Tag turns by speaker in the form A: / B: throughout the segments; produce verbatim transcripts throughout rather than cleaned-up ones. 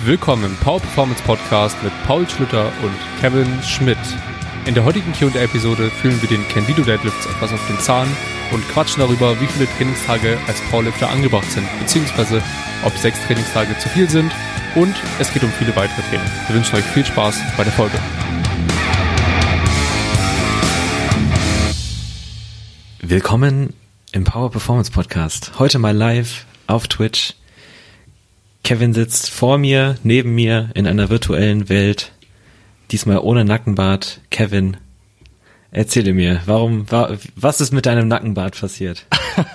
A: Willkommen im Power Performance Podcast mit Paul Schlüter und Kevin Schmidt. In der heutigen Q und A-Episode fühlen wir den Candido Deadlifts etwas auf den Zahn und quatschen darüber, wie viele Trainingstage als Powerlifter angebracht sind, beziehungsweise ob sechs Trainingstage zu viel sind, und es geht um viele weitere Themen. Wir wünschen euch viel Spaß bei der Folge.
B: Willkommen im Power Performance Podcast. Heute mal live auf Twitch. Kevin sitzt vor mir, neben mir in einer virtuellen Welt. Diesmal ohne Nackenbart. Kevin, erzähle mir, warum, was ist mit deinem Nackenbart passiert?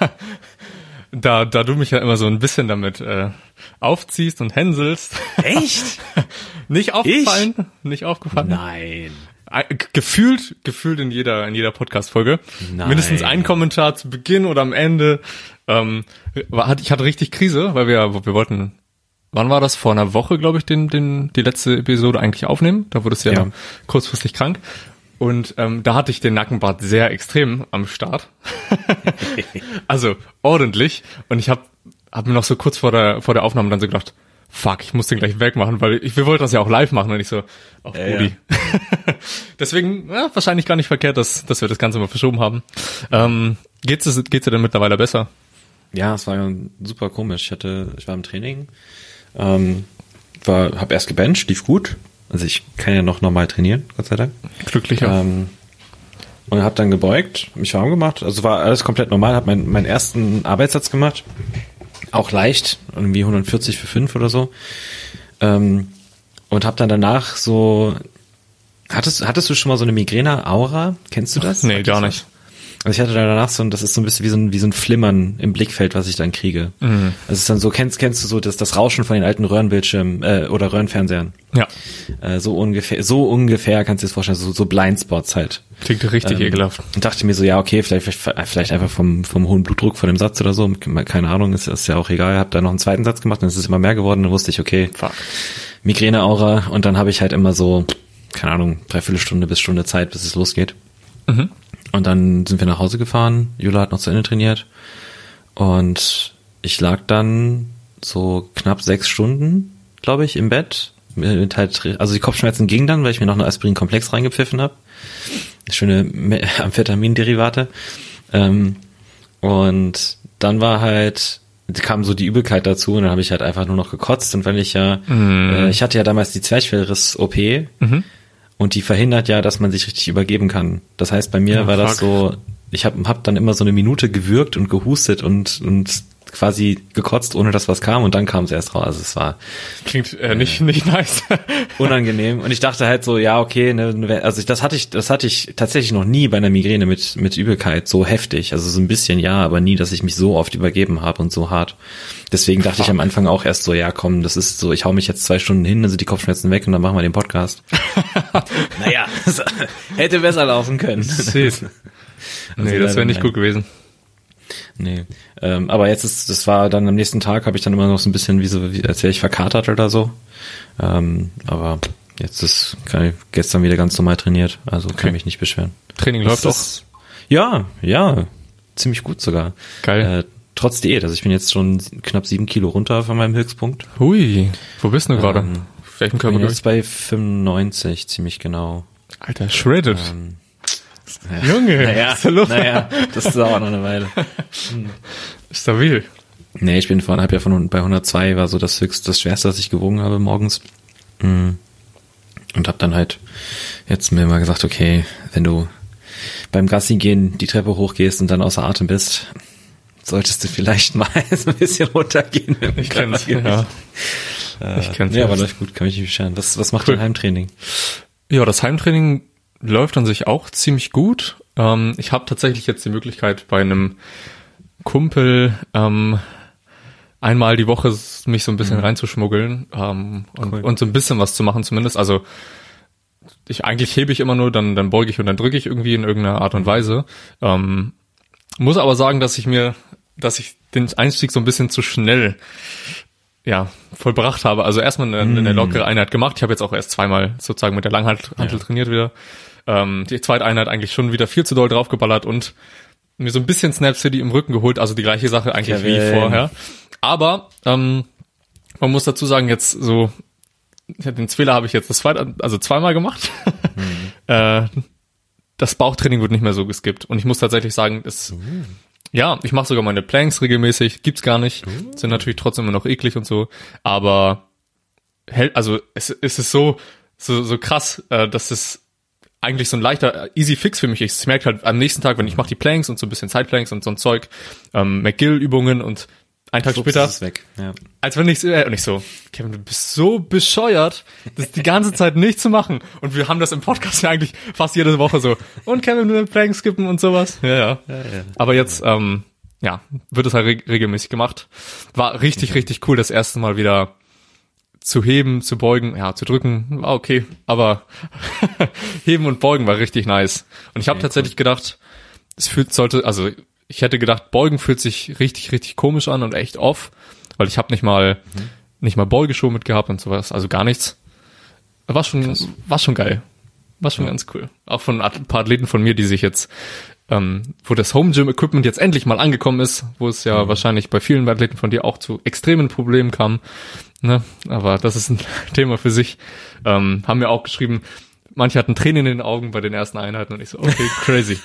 A: Da, da du mich ja immer so ein bisschen damit äh, aufziehst und hänselst.
B: Echt?
A: Nicht aufgefallen? Ich? Nicht aufgefallen?
B: Nein.
A: Gefühlt, gefühlt in jeder, in jeder Podcast-Folge.
B: Nein.
A: Mindestens ein Kommentar zu Beginn oder am Ende. Ähm, war, ich hatte richtig Krise, weil wir, wir wollten, wann war das? Vor einer Woche, glaube ich, den, den, die letzte Episode eigentlich aufnehmen. Da wurdest du ja, ja kurzfristig krank. Und ähm, da hatte ich den Nackenbart sehr extrem am Start. Also ordentlich. Und ich habe hab mir noch so kurz vor der, vor der Aufnahme dann so gedacht, fuck, ich muss den gleich wegmachen, weil ich, wir wollten das ja auch live machen und ich so, ach,
B: ja,
A: Rudi. Ja. Deswegen, ja, wahrscheinlich gar nicht verkehrt, dass, dass wir das Ganze mal verschoben haben. Ähm, geht's, geht's dir denn mittlerweile besser?
B: Ja, es war super komisch. Ich hatte, ich war im Training, ähm, war, hab erst gebencht, lief gut. Also ich kann ja noch normal trainieren, Gott sei Dank.
A: Glücklicher.
B: Ähm, und hab dann gebeugt, mich warm gemacht. Also war alles komplett normal, hab meinen, meinen ersten Arbeitssatz gemacht. Auch leicht, irgendwie hundertvierzig für fünf oder so. Ähm, und hab dann danach so, hattest, hattest du schon mal so eine Migräne-Aura? Kennst du das?
A: Nee, gar nicht.
B: Also ich hatte dann danach so, das ist so ein bisschen wie so ein, wie so ein Flimmern im Blickfeld, was ich dann kriege. Mhm. Also es ist dann so, kennst, kennst du so das, das Rauschen von den alten Röhrenbildschirmen, äh, oder Röhrenfernsehern?
A: Ja.
B: Äh, so ungefähr, so ungefähr kannst du dir das vorstellen, so, so Blindspots halt.
A: Klingt richtig ähm, ekelhaft.
B: Und dachte mir so, ja, okay, vielleicht, vielleicht, vielleicht einfach vom, vom hohen Blutdruck von dem Satz oder so, keine Ahnung, ist, ist ja auch egal. Hab da noch einen zweiten Satz gemacht, dann ist es immer mehr geworden, dann wusste ich, okay,
A: fuck.
B: Migräne-Aura, und dann habe ich halt immer so, keine Ahnung, dreiviertel Stunde bis Stunde Zeit, bis es losgeht. Mhm. Und dann sind wir nach Hause gefahren, Jula hat noch zu Ende trainiert und ich lag dann so knapp sechs Stunden, glaube ich, im Bett. Mit halt, also die Kopfschmerzen gingen dann, weil ich mir noch eine Aspirin-Komplex reingepfiffen habe. Schöne Amphetamin-Derivate. Ähm, und dann war halt, kam so die Übelkeit dazu und dann habe ich halt einfach nur noch gekotzt. Und weil ich ja, mhm. äh, ich hatte ja damals die Zwerchfellriss-O P, mhm. und die verhindert ja, dass man sich richtig übergeben kann. Das heißt, bei mir ja, war fuck. das so, ich habe hab dann immer so eine Minute gewürgt und gehustet und und quasi gekotzt, ohne dass was kam, und dann kam es erst raus. Also es war
A: klingt äh, nicht äh, nicht nice.
B: Unangenehm. Und ich dachte halt so, ja, okay, ne, also ich, das hatte ich das hatte ich tatsächlich noch nie bei einer Migräne mit mit Übelkeit so heftig. Also so ein bisschen ja, aber nie, dass ich mich so oft übergeben habe und so hart. Deswegen dachte ich am Anfang auch erst so, ja komm, das ist so, ich hau mich jetzt zwei Stunden hin, dann sind die Kopfschmerzen weg und dann machen wir den Podcast. Naja, hätte besser laufen können.
A: Also nee, das wäre nicht gut gewesen.
B: Nee, ähm, aber jetzt ist, das war dann am nächsten Tag, habe ich dann immer noch so ein bisschen wie so, wie, als wäre ich verkatert oder so. Ähm, aber jetzt ist, kann ich gestern wieder ganz normal trainiert, also okay. Kann mich nicht beschweren.
A: Training läuft doch?
B: Ja, ja, ziemlich gut sogar.
A: Geil.
B: Äh, trotz Diät, also ich bin jetzt schon knapp sieben Kilo runter von meinem Höchstpunkt.
A: Hui, wo bist du gerade?
B: Ähm, Welchen Körper? Ich bin jetzt bei fünfundneunzig, ziemlich genau.
A: Alter, shredded.
B: Ähm,
A: Ja. Junge,
B: naja,
A: ist da los?
B: Naja, das dauert noch eine Weile. Hm.
A: Stabil.
B: Nee, ich bin von, hab ja von bei hundertzwei, war so das höchste, das schwerste, was ich gewogen habe morgens. Und hab dann halt jetzt mir mal gesagt, okay, wenn du beim Gassi gehen die Treppe hochgehst und dann außer Atem bist, solltest du vielleicht mal so ein bisschen runtergehen.
A: Ich kenn's, ja.
B: Äh, ich kenn's. Ja, aber läuft gut, kann mich nicht beschweren. Was, was macht cool. dein Heimtraining?
A: Ja, das Heimtraining läuft an sich auch ziemlich gut. Ähm, ich habe tatsächlich jetzt die Möglichkeit, bei einem Kumpel ähm, einmal die Woche mich so ein bisschen mhm. reinzuschmuggeln ähm, und, cool. und so ein bisschen was zu machen zumindest. Also ich eigentlich hebe ich immer nur, dann dann beuge ich und dann drücke ich irgendwie in irgendeiner Art und Weise. Ähm, muss aber sagen, dass ich mir, dass ich den Einstieg so ein bisschen zu schnell ja vollbracht habe. Also erstmal eine, mm. eine lockere Einheit gemacht. Ich habe jetzt auch erst zweimal sozusagen mit der Langhantel ja. trainiert wieder. Ähm, die zweite Einheit eigentlich schon wieder viel zu doll draufgeballert und mir so ein bisschen Snap City im Rücken geholt. Also die gleiche Sache eigentlich Kevin. wie vorher. Aber ähm, man muss dazu sagen, jetzt so den Fehler habe ich jetzt das zweite, also zweimal gemacht. Mhm. äh, das Bauchtraining wird nicht mehr so geskippt. Und ich muss tatsächlich sagen, es, uh. ja, ich mache sogar meine Planks regelmäßig, gibt's gar nicht. Uh. Sind natürlich trotzdem immer noch eklig und so. Aber hält, also es, es ist so, so, so krass, äh, dass es eigentlich so ein leichter easy Fix für mich ist. Ich merke halt am nächsten Tag, wenn ich mache die Planks und so ein bisschen Sideplanks und so ein Zeug, ähm, McGill-Übungen und einen Tag Schubst später, ist es weg. Ja. Als wenn ich äh, und ich so, Kevin, du bist so bescheuert, das die ganze Zeit nicht zu machen. Und wir haben das im Podcast ja eigentlich fast jede Woche so. Und Kevin, du Planks skippen und sowas. Ja, ja. ja, ja. Aber jetzt, ähm, ja, wird es halt re- regelmäßig gemacht. War richtig, okay. richtig cool, das erste Mal wieder zu heben, zu beugen, ja, zu drücken, war okay, aber heben und beugen war richtig nice. Und ich habe okay, tatsächlich cool. gedacht, es fühlt sollte, also ich hätte gedacht, beugen fühlt sich richtig, richtig komisch an und echt off, weil ich habe nicht mal mhm. nicht mal Beugeschuhe mitgehabt und sowas, also gar nichts. War schon, Krass. war schon geil, war schon ja. ganz cool. Auch von ein paar Athleten von mir, die sich jetzt, ähm, wo das Home Gym Equipment jetzt endlich mal angekommen ist, wo es ja mhm. wahrscheinlich bei vielen Athleten von dir auch zu extremen Problemen kam. Ne, aber das ist ein Thema für sich. Ähm, haben mir auch geschrieben, manche hatten Tränen in den Augen bei den ersten Einheiten und ich so, okay, crazy.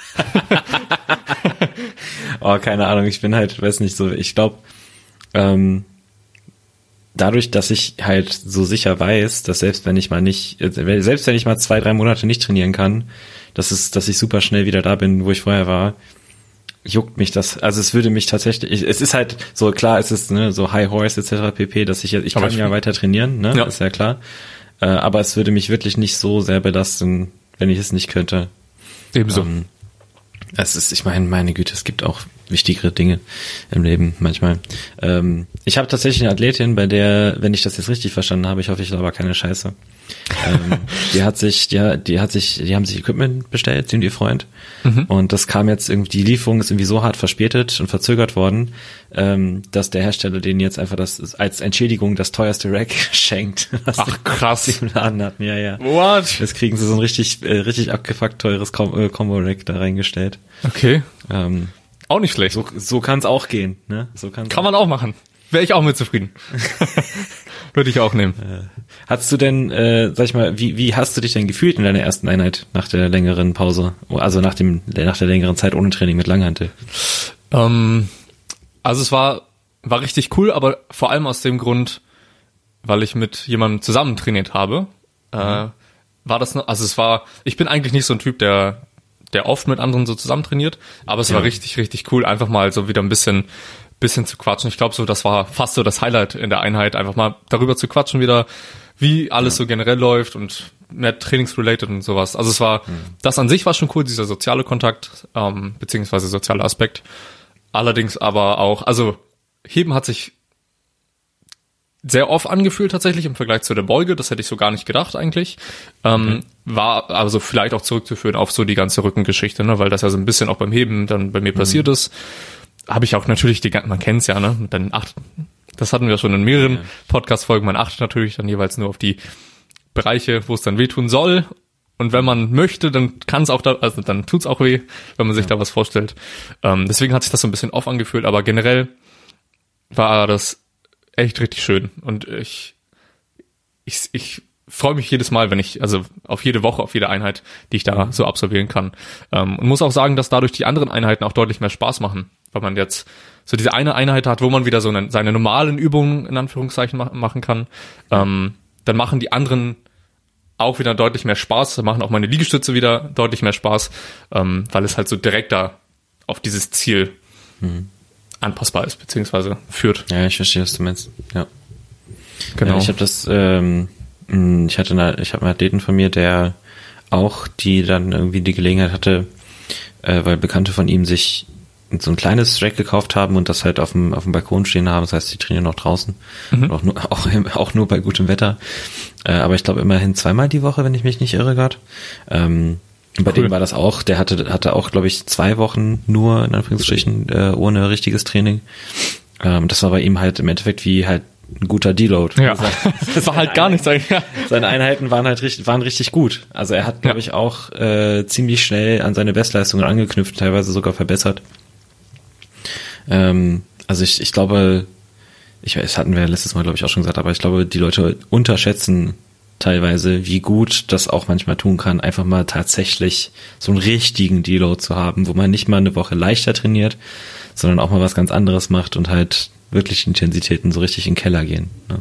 B: Oh, keine Ahnung, ich bin halt, weiß nicht so, ich glaube, ähm, dadurch, dass ich halt so sicher weiß, dass selbst wenn ich mal nicht, selbst wenn ich mal zwei, drei Monate nicht trainieren kann, dass es, dass ich super schnell wieder da bin, wo ich vorher war, juckt mich das, also es würde mich tatsächlich, ich, es ist halt so, klar, es ist ne, so High Horse et cetera pp, dass ich, ich kann ich ja weiter trainieren, ne, ja. ist ja klar, äh, aber es würde mich wirklich nicht so sehr belasten, wenn ich es nicht könnte.
A: Ebenso.
B: Ähm, es ist, ich meine, meine Güte, es gibt auch wichtigere Dinge im Leben manchmal. Ähm, ich habe tatsächlich eine Athletin, bei der, wenn ich das jetzt richtig verstanden habe, ich hoffe, ich laber aber keine Scheiße. ähm, die hat sich, die, die hat sich, die haben sich Equipment bestellt, sie und ihr Freund. Mhm. Und das kam jetzt irgendwie, die Lieferung ist irgendwie so hart verspätet und verzögert worden, ähm, dass der Hersteller denen jetzt einfach das als Entschädigung das teuerste Rack schenkt.
A: Ach krass.
B: Die im Laden hatten, ja, ja.
A: What?
B: Jetzt kriegen sie so ein richtig, äh, richtig abgefuckt teures Com- äh, Combo-Rack da reingestellt.
A: Okay.
B: Ähm,
A: auch nicht schlecht.
B: So, so kann es auch gehen, ne? So kann's
A: kann
B: auch.
A: man auch machen. Wäre ich auch mit zufrieden. Würde ich auch nehmen.
B: Äh, hast du denn, äh, sag ich mal, wie wie hast du dich denn gefühlt in deiner ersten Einheit nach der längeren Pause? Also nach dem nach der längeren Zeit ohne Training mit Langhantel?
A: Ähm, also es war war richtig cool, aber vor allem aus dem Grund, weil ich mit jemandem zusammen trainiert habe. Mhm. Äh, war das noch, also es war, ich bin eigentlich nicht so ein Typ, der der oft mit anderen so zusammen trainiert, aber es ja. war richtig, richtig cool, einfach mal so wieder ein bisschen, bisschen zu quatschen. Ich glaube so, das war fast so das Highlight in der Einheit, einfach mal darüber zu quatschen wieder, wie alles ja. so generell läuft und mehr trainingsrelated und sowas. Also es war, mhm. das an sich war schon cool, dieser soziale Kontakt, ähm, beziehungsweise soziale Aspekt. Allerdings aber auch, also Heben hat sich sehr off angefühlt tatsächlich im Vergleich zu der Beuge, das hätte ich so gar nicht gedacht eigentlich. Ähm, mhm. War also vielleicht auch zurückzuführen auf so die ganze Rückengeschichte, ne, weil das ja so ein bisschen auch beim Heben dann bei mir mhm. passiert ist. Habe ich auch natürlich, die man kennt's ja, ne, mit den acht, das hatten wir schon in mehreren ja. Podcast-Folgen, man achtet natürlich dann jeweils nur auf die Bereiche, wo es dann wehtun soll. Und wenn man möchte, dann kann es auch da, also dann tut's auch weh, wenn man sich ja. da was vorstellt. Ähm, deswegen hat sich das so ein bisschen off angefühlt, aber generell war das echt richtig schön. Und ich, ich, ich freue mich jedes Mal, wenn ich, also auf jede Woche, auf jede Einheit, die ich da so absolvieren kann. Ähm, und muss auch sagen, dass dadurch die anderen Einheiten auch deutlich mehr Spaß machen, weil man jetzt so diese eine Einheit hat, wo man wieder so eine, seine normalen Übungen in Anführungszeichen ma- machen kann. Ähm, dann machen die anderen auch wieder deutlich mehr Spaß, dann machen auch meine Liegestütze wieder deutlich mehr Spaß, ähm, weil es halt so direkt da auf dieses Ziel mhm. anpassbar ist, beziehungsweise führt.
B: Ja, ich verstehe, was du meinst. Ja,
A: genau.
B: Ja, ich habe das, ähm, ich hatte, eine, ich habe einen Athleten von mir, der auch, die dann irgendwie die Gelegenheit hatte, äh, weil Bekannte von ihm sich so ein kleines Rack gekauft haben und das halt auf dem auf dem Balkon stehen haben. Das heißt, die trainieren auch draußen, mhm. auch nur auch, auch nur bei gutem Wetter. Äh, aber ich glaube immerhin zweimal die Woche, wenn ich mich nicht irre gerade. Ähm, Und bei cool. dem war das auch, der hatte hatte auch, glaube ich, zwei Wochen nur, in Anführungsstrichen, äh, ohne richtiges Training. Ähm, das war bei ihm halt im Endeffekt wie halt ein guter Deload.
A: Ja, das war halt gar nichts eigentlich. Ja.
B: Seine Einheiten waren halt richtig, waren richtig gut. Also er hat, glaube ja. ich, auch äh, ziemlich schnell an seine Bestleistungen angeknüpft, teilweise sogar verbessert. Ähm, also ich, ich glaube, ich weiß, hatten wir letztes Mal, glaube ich, auch schon gesagt, aber ich glaube, die Leute unterschätzen teilweise, wie gut das auch manchmal tun kann, einfach mal tatsächlich so einen richtigen Deload zu haben, wo man nicht mal eine Woche leichter trainiert, sondern auch mal was ganz anderes macht und halt wirklich Intensitäten so richtig in den Keller gehen. Ne?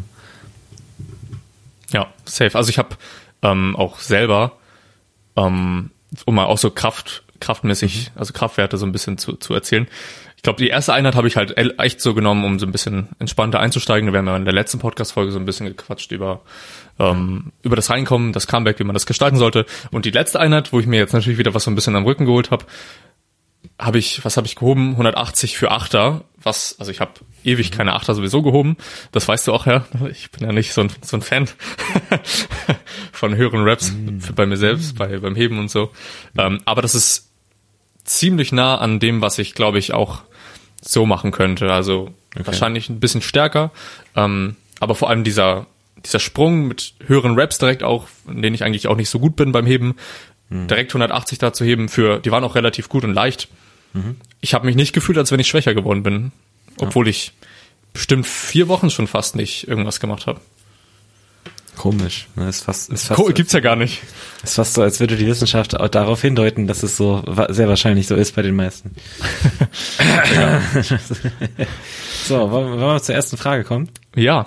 A: Ja, safe. Also ich habe ähm, auch selber, ähm, um mal auch so Kraft, kraftmäßig, also Kraftwerte so ein bisschen zu, zu erzählen. Ich glaube, die erste Einheit habe ich halt echt so genommen, um so ein bisschen entspannter einzusteigen. Wir haben ja in der letzten Podcast-Folge so ein bisschen gequatscht über ähm, über das Reinkommen, das Comeback, wie man das gestalten sollte. Und die letzte Einheit, wo ich mir jetzt natürlich wieder was so ein bisschen am Rücken geholt habe, habe ich, was habe ich gehoben? hundertachtzig für Achter. Was, also ich habe ewig keine Achter sowieso gehoben. Das weißt du auch, ja. Ich bin ja nicht so ein, so ein Fan von höheren Reps für, bei mir selbst, bei beim Heben und so. Ähm, aber das ist ziemlich nah an dem, was ich, glaube ich, auch so machen könnte. Also okay. Wahrscheinlich ein bisschen stärker. Ähm, aber vor allem dieser dieser Sprung mit höheren Reps direkt auch, in denen ich eigentlich auch nicht so gut bin beim Heben, mhm. direkt hundertachtzig da zu heben, für die waren auch relativ gut und leicht. Mhm. Ich habe mich nicht gefühlt, als wenn ich schwächer geworden bin, obwohl ja. ich bestimmt vier Wochen schon fast nicht irgendwas gemacht habe.
B: Komisch. Ne? Ist fast, ist fast
A: Co- gibt's ja gar nicht.
B: Ist fast so, als würde die Wissenschaft auch darauf hindeuten, dass es so sehr wahrscheinlich so ist bei den meisten. So, wollen wir mal zur ersten Frage kommen?
A: Ja.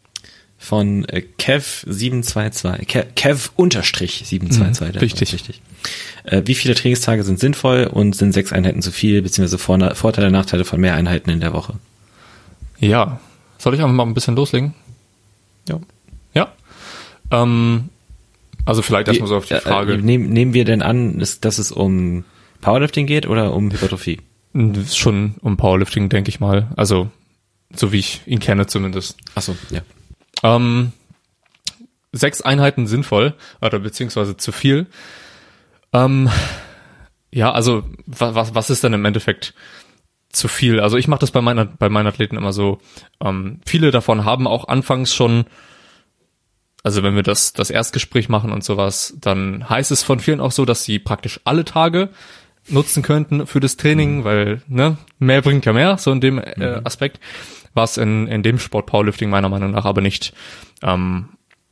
B: Von äh, Kev sieben zwei zwei. Kev, Kev unterstrich sieben zwei zwei.
A: Mhm, richtig.
B: richtig. Äh, wie viele Trainingstage sind sinnvoll und sind sechs Einheiten zu viel, beziehungsweise Vor- Vorteile, Nachteile von mehr Einheiten in der Woche?
A: Ja. Soll ich einfach mal ein bisschen loslegen? Ja. Ja. Ähm, also vielleicht erstmal so auf die Frage.
B: Äh, nehm, nehmen wir denn an, dass, dass es um Powerlifting geht oder um Hypertrophie?
A: Schon um Powerlifting, denke ich mal. Also, so wie ich ihn kenne zumindest.
B: Ach so, ja.
A: Ähm, sechs Einheiten sinnvoll, oder beziehungsweise zu viel. Ähm, ja, also, was, was ist denn im Endeffekt zu viel? Also, ich mache das bei meinen, bei meinen Athleten immer so. Ähm, viele davon haben auch anfangs schon, also wenn wir das, das Erstgespräch machen und sowas, dann heißt es von vielen auch so, dass sie praktisch alle Tage nutzen könnten für das Training, mhm. weil ne mehr bringt ja mehr, so in dem äh, Aspekt, was in in dem Sport Powerlifting meiner Meinung nach aber nicht ähm,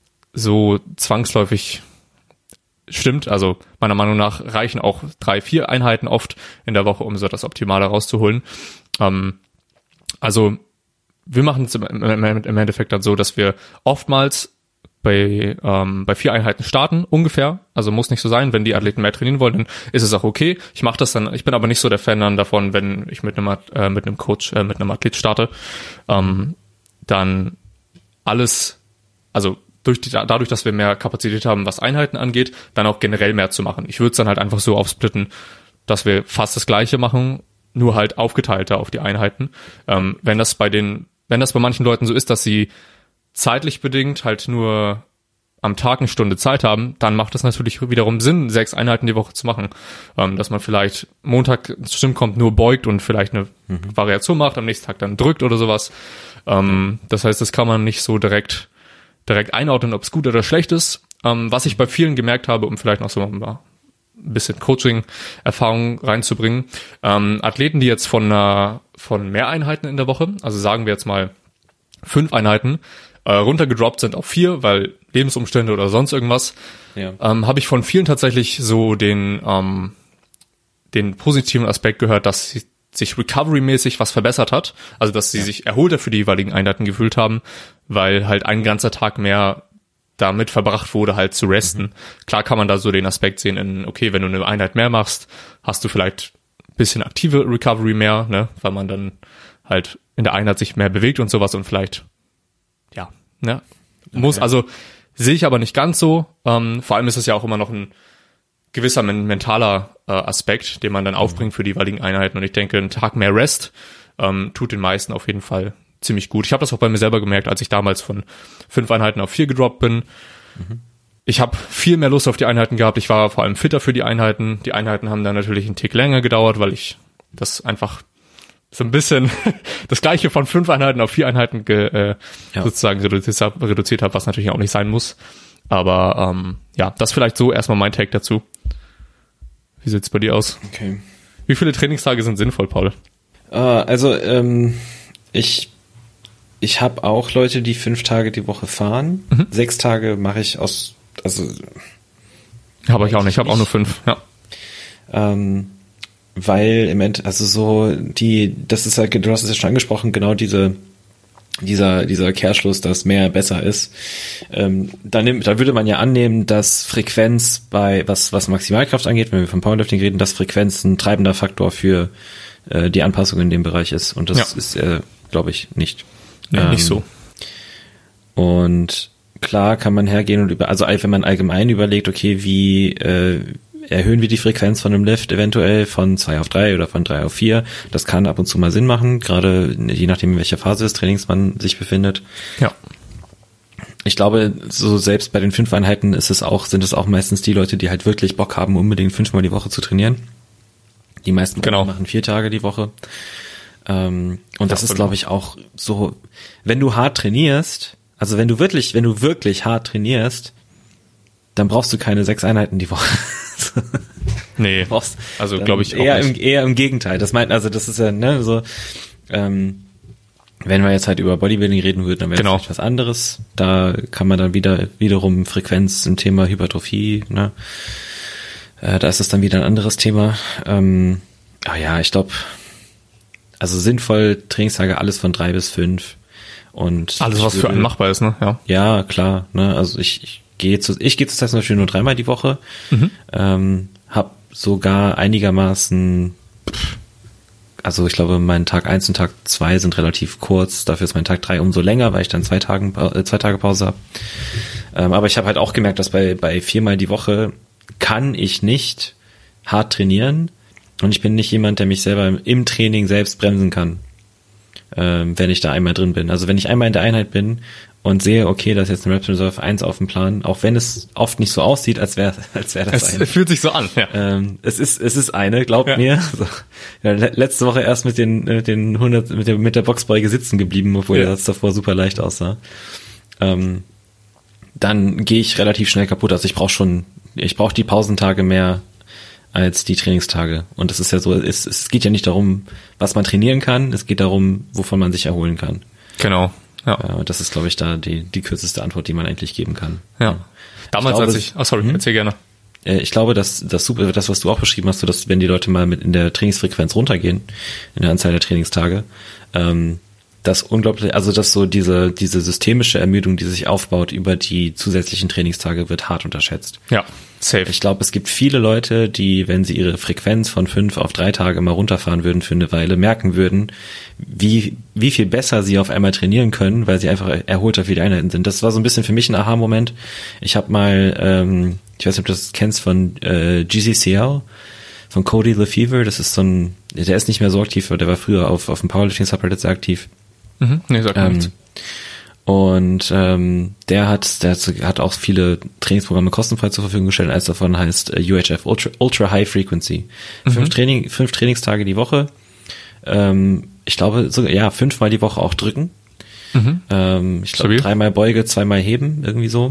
A: so zwangsläufig stimmt. Also meiner Meinung nach reichen auch drei, vier Einheiten oft in der Woche, um so das Optimale rauszuholen. Ähm, also wir machen es im, im Endeffekt dann so, dass wir oftmals bei ähm, bei vier Einheiten starten, ungefähr. Also muss nicht so sein, wenn die Athleten mehr trainieren wollen, dann ist es auch okay. Ich mache das dann, ich bin aber nicht so der Fan dann davon, wenn ich mit einem äh, mit einem Coach, äh, mit einem Athlet starte, ähm, dann alles, also durch die, dadurch, dass wir mehr Kapazität haben, was Einheiten angeht, dann auch generell mehr zu machen. Ich würde es dann halt einfach so aufsplitten, dass wir fast das Gleiche machen, nur halt aufgeteilter auf die Einheiten. Ähm, wenn das bei den, wenn das bei manchen Leuten so ist, dass sie zeitlich bedingt halt nur am Tag eine Stunde Zeit haben, dann macht es natürlich wiederum Sinn, sechs Einheiten die Woche zu machen. Ähm, dass man vielleicht Montag ins Gym kommt, nur beugt und vielleicht eine mhm. Variation macht, am nächsten Tag dann drückt oder sowas. Ähm, das heißt, das kann man nicht so direkt direkt einordnen, ob es gut oder schlecht ist. Ähm, was ich bei vielen gemerkt habe, um vielleicht noch so ein bisschen Coaching-Erfahrung reinzubringen, ähm, Athleten, die jetzt von einer, von mehr Einheiten in der Woche, also sagen wir jetzt mal fünf Einheiten, äh, runtergedroppt sind auf vier, weil Lebensumstände oder sonst irgendwas, ja. ähm, habe ich von vielen tatsächlich so den ähm, den positiven Aspekt gehört, dass sie, sich recovery-mäßig was verbessert hat, also dass sie ja. sich erholter für die jeweiligen Einheiten gefühlt haben, weil halt ein ganzer Tag mehr damit verbracht wurde, halt zu resten. Mhm. Klar kann man da so den Aspekt sehen in, okay, wenn du eine Einheit mehr machst, hast du vielleicht ein bisschen aktive Recovery mehr, ne, weil man dann halt in der Einheit sich mehr bewegt und sowas und vielleicht, ja, ne, muss, okay. Also sehe ich aber nicht ganz so. Ähm, vor allem ist es ja auch immer noch ein gewisser men- mentaler äh, Aspekt, den man dann aufbringt für die jeweiligen Einheiten. Und ich denke, ein Tag mehr Rest ähm, tut den meisten auf jeden Fall ziemlich gut. Ich habe das auch bei mir selber gemerkt, als ich damals von fünf Einheiten auf vier gedroppt bin. Mhm. Ich habe viel mehr Lust auf die Einheiten gehabt. Ich war vor allem fitter für die Einheiten. Die Einheiten haben dann natürlich einen Tick länger gedauert, weil ich das einfach so ein bisschen das Gleiche von fünf Einheiten auf vier Einheiten ge, äh, ja. sozusagen reduziert habe, reduziert habe, was natürlich auch nicht sein muss. Aber ähm, ja, das vielleicht so erstmal mein Take dazu. Wie sieht's bei dir aus?
B: Okay.
A: Wie viele Trainingstage sind sinnvoll, Paul?
B: Uh, also ähm, ich ich habe auch Leute, die fünf Tage die Woche fahren. Mhm. Sechs Tage mache ich aus, also
A: habe ich auch nicht, ich habe auch nur fünf, ja.
B: Ähm, weil im Endeffekt, also so die, das ist halt, du hast es ja schon angesprochen, genau diese dieser dieser Kehrschluss, dass mehr besser ist. Ähm, da, nimmt, da würde man ja annehmen, dass Frequenz bei, was was Maximalkraft angeht, wenn wir von Powerlifting reden, dass Frequenz ein treibender Faktor für äh, die Anpassung in dem Bereich ist. Und das ja. ist, äh, glaube ich, nicht.
A: Nee, ähm, nicht so.
B: Und klar kann man hergehen und über, also wenn man allgemein überlegt, okay, wie äh, erhöhen wir die Frequenz von einem Lift eventuell von zwei auf drei oder von drei auf vier. Das kann ab und zu mal Sinn machen, gerade je nachdem, in welcher Phase des Trainings man sich befindet.
A: Ja.
B: Ich glaube, so selbst bei den fünf Einheiten ist es auch, sind es auch meistens die Leute, die halt wirklich Bock haben, unbedingt fünfmal die Woche zu trainieren. Die meisten
A: genau.
B: machen vier Tage die Woche. Ähm, und das ja, ist, glaube ich, auch so, wenn du hart trainierst, also wenn du wirklich, wenn du wirklich hart trainierst, dann brauchst du keine sechs Einheiten die Woche.
A: Nee, brauchst, also glaube ich auch
B: eher
A: nicht.
B: Im, eher im Gegenteil. Das meint, also das ist ja, ne, so, ähm, wenn wir jetzt halt über Bodybuilding reden würden, dann wäre
A: genau.
B: das vielleicht was anderes. Da kann man dann wieder, wiederum Frequenz im Thema Hypertrophie, ne, äh, da ist es dann wieder ein anderes Thema. Ähm, ah ja, ich glaube, also sinnvoll Trainingstage alles von drei bis fünf und
A: alles, was würde, für einen machbar ist, ne, ja.
B: Ja, klar, ne, also ich, ich gehe zu, ich gehe zurzeit zum Beispiel nur dreimal die Woche, mhm. ähm, habe sogar einigermaßen, also ich glaube, mein Tag eins und Tag zwei sind relativ kurz, dafür ist mein Tag drei umso länger, weil ich dann zwei Tagen, äh, zwei Tage Pause habe. Ähm, aber ich habe halt auch gemerkt, dass bei, bei viermal die Woche kann ich nicht hart trainieren und ich bin nicht jemand, der mich selber im Training selbst bremsen kann, ähm, wenn ich da einmal drin bin. Also wenn ich einmal in der Einheit bin und sehe, okay, da ist jetzt ein Reps Reserve eins auf dem Plan, auch wenn es oft nicht so aussieht, als wäre als wäre das
A: es
B: eine.
A: Es fühlt sich so an, ja.
B: Ähm, es ist es ist eine, glaubt
A: ja.
B: mir. So, ja, letzte Woche erst mit den mit den hundert mit der mit der Boxbeuge sitzen geblieben, obwohl ja. der Satz davor super leicht aussah. Ähm, dann gehe ich relativ schnell kaputt. Also ich brauche schon, ich brauche die Pausentage mehr als die Trainingstage. Und das ist ja so, es, es geht ja nicht darum, was man trainieren kann, es geht darum, wovon man sich erholen kann.
A: Genau. Ja.
B: Und das ist, glaube ich, da die die kürzeste Antwort, die man eigentlich geben kann.
A: Ja. Damals, ich glaube, als ich, oh sorry, erzähl gerne.
B: Ich glaube, dass das super, das, was du auch beschrieben hast, so dass wenn die Leute mal mit in der Trainingsfrequenz runtergehen, in der Anzahl der Trainingstage, ähm, das unglaublich, also dass so diese diese systemische Ermüdung, die sich aufbaut über die zusätzlichen Trainingstage, wird hart unterschätzt.
A: Ja, safe.
B: Ich glaube, es gibt viele Leute, die, wenn sie ihre Frequenz von fünf auf drei Tage mal runterfahren würden für eine Weile, merken würden, wie wie viel besser sie auf einmal trainieren können, weil sie einfach erholter für die Einheiten sind. Das war so ein bisschen für mich ein Aha-Moment. Ich habe mal, ähm, ich weiß nicht, ob du das kennst, von äh, G C C L, von Cody Lefevre. Das ist so ein, der ist nicht mehr so aktiv, aber der war früher auf auf dem Powerlifting-Subreddit sehr aktiv.
A: Mhm, nee, sag
B: ähm,
A: nichts.
B: Und ähm, der hat der hat auch viele Trainingsprogramme kostenfrei zur Verfügung gestellt. Eines davon heißt äh, U H F, Ultra, Ultra High Frequency. Mhm. Fünf Training, fünf Trainingstage die Woche. Ähm, ich glaube sogar ja fünfmal die Woche auch drücken. Mhm. Ähm, ich glaube dreimal Beuge, zweimal heben, irgendwie so.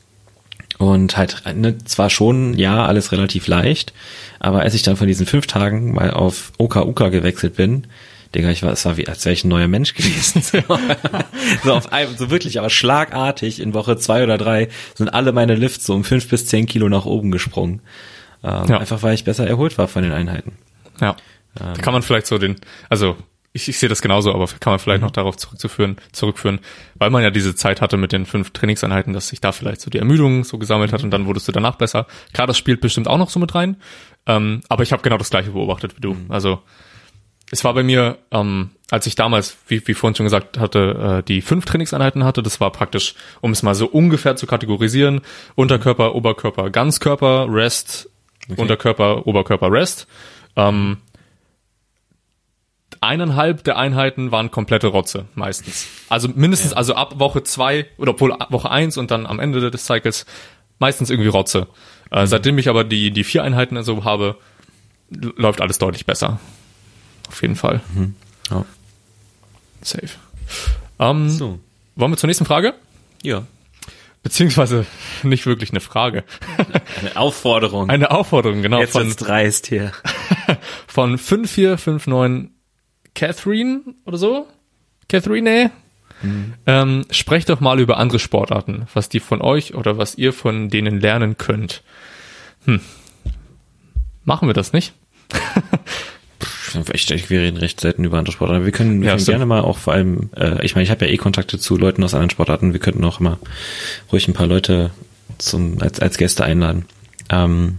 B: Und halt ne, zwar schon ja alles relativ leicht, aber als ich dann von diesen fünf Tagen mal auf O K U K gewechselt bin, Digga, ich war, es war wie, als wäre ich ein neuer Mensch gewesen. so auf einem, so wirklich, aber schlagartig in Woche zwei oder drei sind alle meine Lifts so um fünf bis zehn Kilo nach oben gesprungen. Ähm, ja. Einfach weil ich besser erholt war von den Einheiten.
A: Ja. Ähm, da kann man vielleicht so den, also ich, ich sehe das genauso, aber kann man vielleicht mhm. noch darauf zurückzuführen, zurückführen, weil man ja diese Zeit hatte mit den fünf Trainingseinheiten, dass sich da vielleicht so die Ermüdung so gesammelt hat und dann wurdest du danach besser. Klar, das spielt bestimmt auch noch so mit rein, ähm, aber ich habe genau das Gleiche beobachtet wie du. Mhm. Also es war bei mir, ähm, als ich damals, wie, wie vorhin schon gesagt hatte, äh, die fünf Trainingseinheiten hatte, das war praktisch, um es mal so ungefähr zu kategorisieren, Unterkörper, Oberkörper, Ganzkörper, Rest, okay. Unterkörper, Oberkörper, Rest. Ähm, eineinhalb der Einheiten waren komplette Rotze, meistens. Also mindestens, ja. also ab Woche zwei, oder obwohl ab Woche eins und dann am Ende des Cycles meistens irgendwie Rotze. Äh, mhm. Seitdem ich aber die, die vier Einheiten so habe, läuft alles deutlich besser. Auf jeden Fall.
B: Mhm. Ja.
A: Safe. Ähm, so. Wollen wir zur nächsten Frage?
B: Ja.
A: Beziehungsweise nicht wirklich eine Frage.
B: Eine Aufforderung.
A: Eine Aufforderung, genau.
B: Jetzt wird's dreist hier.
A: Von fünf vier fünf neun Catherine oder so. Catherine. Mhm. Ähm, sprecht doch mal über andere Sportarten, was die von euch oder was ihr von denen lernen könnt. Hm. Machen wir das nicht?
B: Ich denke, wir reden recht selten über andere Sportarten. Wir können, wir
A: ja,
B: können gerne mal auch vor allem, äh, ich meine, ich habe ja eh Kontakte zu Leuten aus anderen Sportarten. Wir könnten auch immer ruhig ein paar Leute zum als als Gäste einladen. Ähm,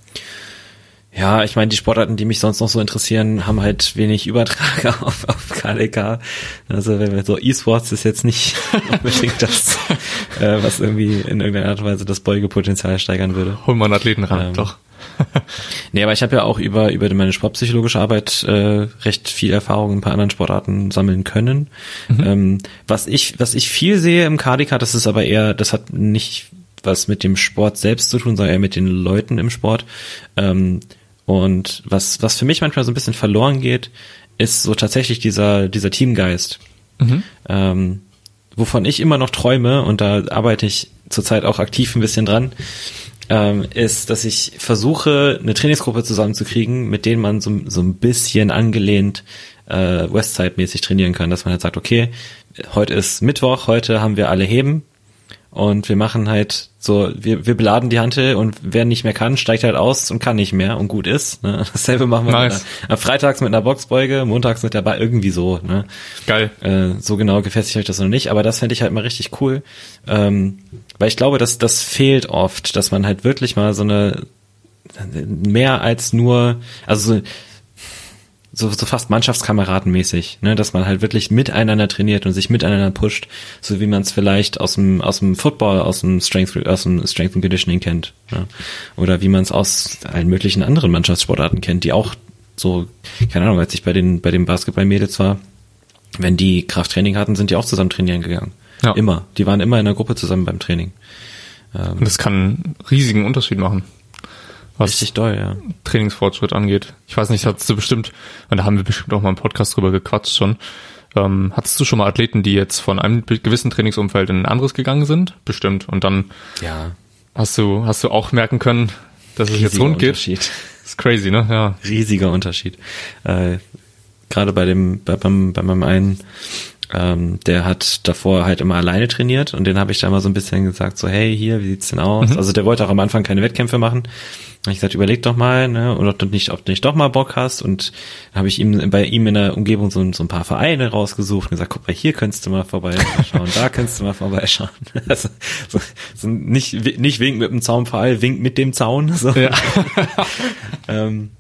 B: ja, ich meine, die Sportarten, die mich sonst noch so interessieren, haben halt wenig Übertrag auf, auf K D K. Also wenn wir so E-Sports ist jetzt nicht unbedingt das, äh, was irgendwie in irgendeiner Art und Weise das Beugepotenzial steigern würde.
A: Hol mal einen Athleten ran, ähm, doch.
B: Nee, aber ich habe ja auch über über meine sportpsychologische Arbeit äh, recht viel Erfahrung in ein paar anderen Sportarten sammeln können. Mhm. Ähm, was ich was ich viel sehe im K D K, das ist aber eher, das hat nicht was mit dem Sport selbst zu tun, sondern eher mit den Leuten im Sport. Ähm, Und was, was für mich manchmal so ein bisschen verloren geht, ist so tatsächlich dieser, dieser Teamgeist. Mhm. Ähm, wovon ich immer noch träume, und da arbeite ich zurzeit auch aktiv ein bisschen dran, ähm, ist, dass ich versuche, eine Trainingsgruppe zusammenzukriegen, mit denen man so, so ein bisschen angelehnt äh, Westside-mäßig trainieren kann, dass man halt sagt, okay, heute ist Mittwoch, heute haben wir alle Heben, und wir machen halt so, wir wir beladen die Hantel, und wer nicht mehr kann, steigt halt aus und kann nicht mehr und gut ist. Ne? Dasselbe machen wir
A: nice.
B: mit einer, freitags mit einer Boxbeuge, montags mit der Bar, irgendwie so. Ne?
A: Geil.
B: Äh, so genau gefestigt euch das noch nicht, aber das fände ich halt mal richtig cool, ähm, weil ich glaube, dass das fehlt oft, dass man halt wirklich mal so eine mehr als nur, also so So, so fast Mannschaftskameradenmäßig, ne, dass man halt wirklich miteinander trainiert und sich miteinander pusht, so wie man es vielleicht aus dem aus dem Football, aus dem Strength aus dem Strength and Conditioning kennt, ne? Oder wie man es aus allen möglichen anderen Mannschaftssportarten kennt, die auch so, keine Ahnung, als ich bei den bei den Basketball-Mädels war, wenn die Krafttraining hatten, sind die auch zusammen trainieren gegangen. Ja. Immer, die waren immer in der Gruppe zusammen beim Training.
A: Ähm, und das kann einen riesigen Unterschied machen. Was
B: richtig doll, ja.
A: Trainingsfortschritt angeht. Ich weiß nicht, hattest du bestimmt, und da haben wir bestimmt auch mal im Podcast drüber gequatscht schon, ähm, hattest du schon mal Athleten, die jetzt von einem gewissen Trainingsumfeld in ein anderes gegangen sind? Bestimmt. Und dann
B: ja.
A: hast du hast du auch merken können, dass es jetzt rund geht. Das ist crazy, ne? Ja.
B: Riesiger Unterschied. Äh, gerade bei dem, bei, beim, bei meinem einen, ähm, der hat davor halt immer alleine trainiert, und den habe ich da mal so ein bisschen gesagt, so hey, hier, wie sieht's denn aus? Mhm. Also der wollte auch am Anfang keine Wettkämpfe machen. Habe ich gesagt, überleg doch mal, ne, oder ob du nicht, ob du nicht doch mal Bock hast, und habe ich ihm bei ihm in der Umgebung so, so ein paar Vereine rausgesucht und gesagt, guck mal, hier könntest du mal vorbeischauen, da könntest du mal vorbeischauen. Also, so, so nicht nicht wink mit dem Zaunpfahl, wink mit dem Zaun. So. Ja. ähm,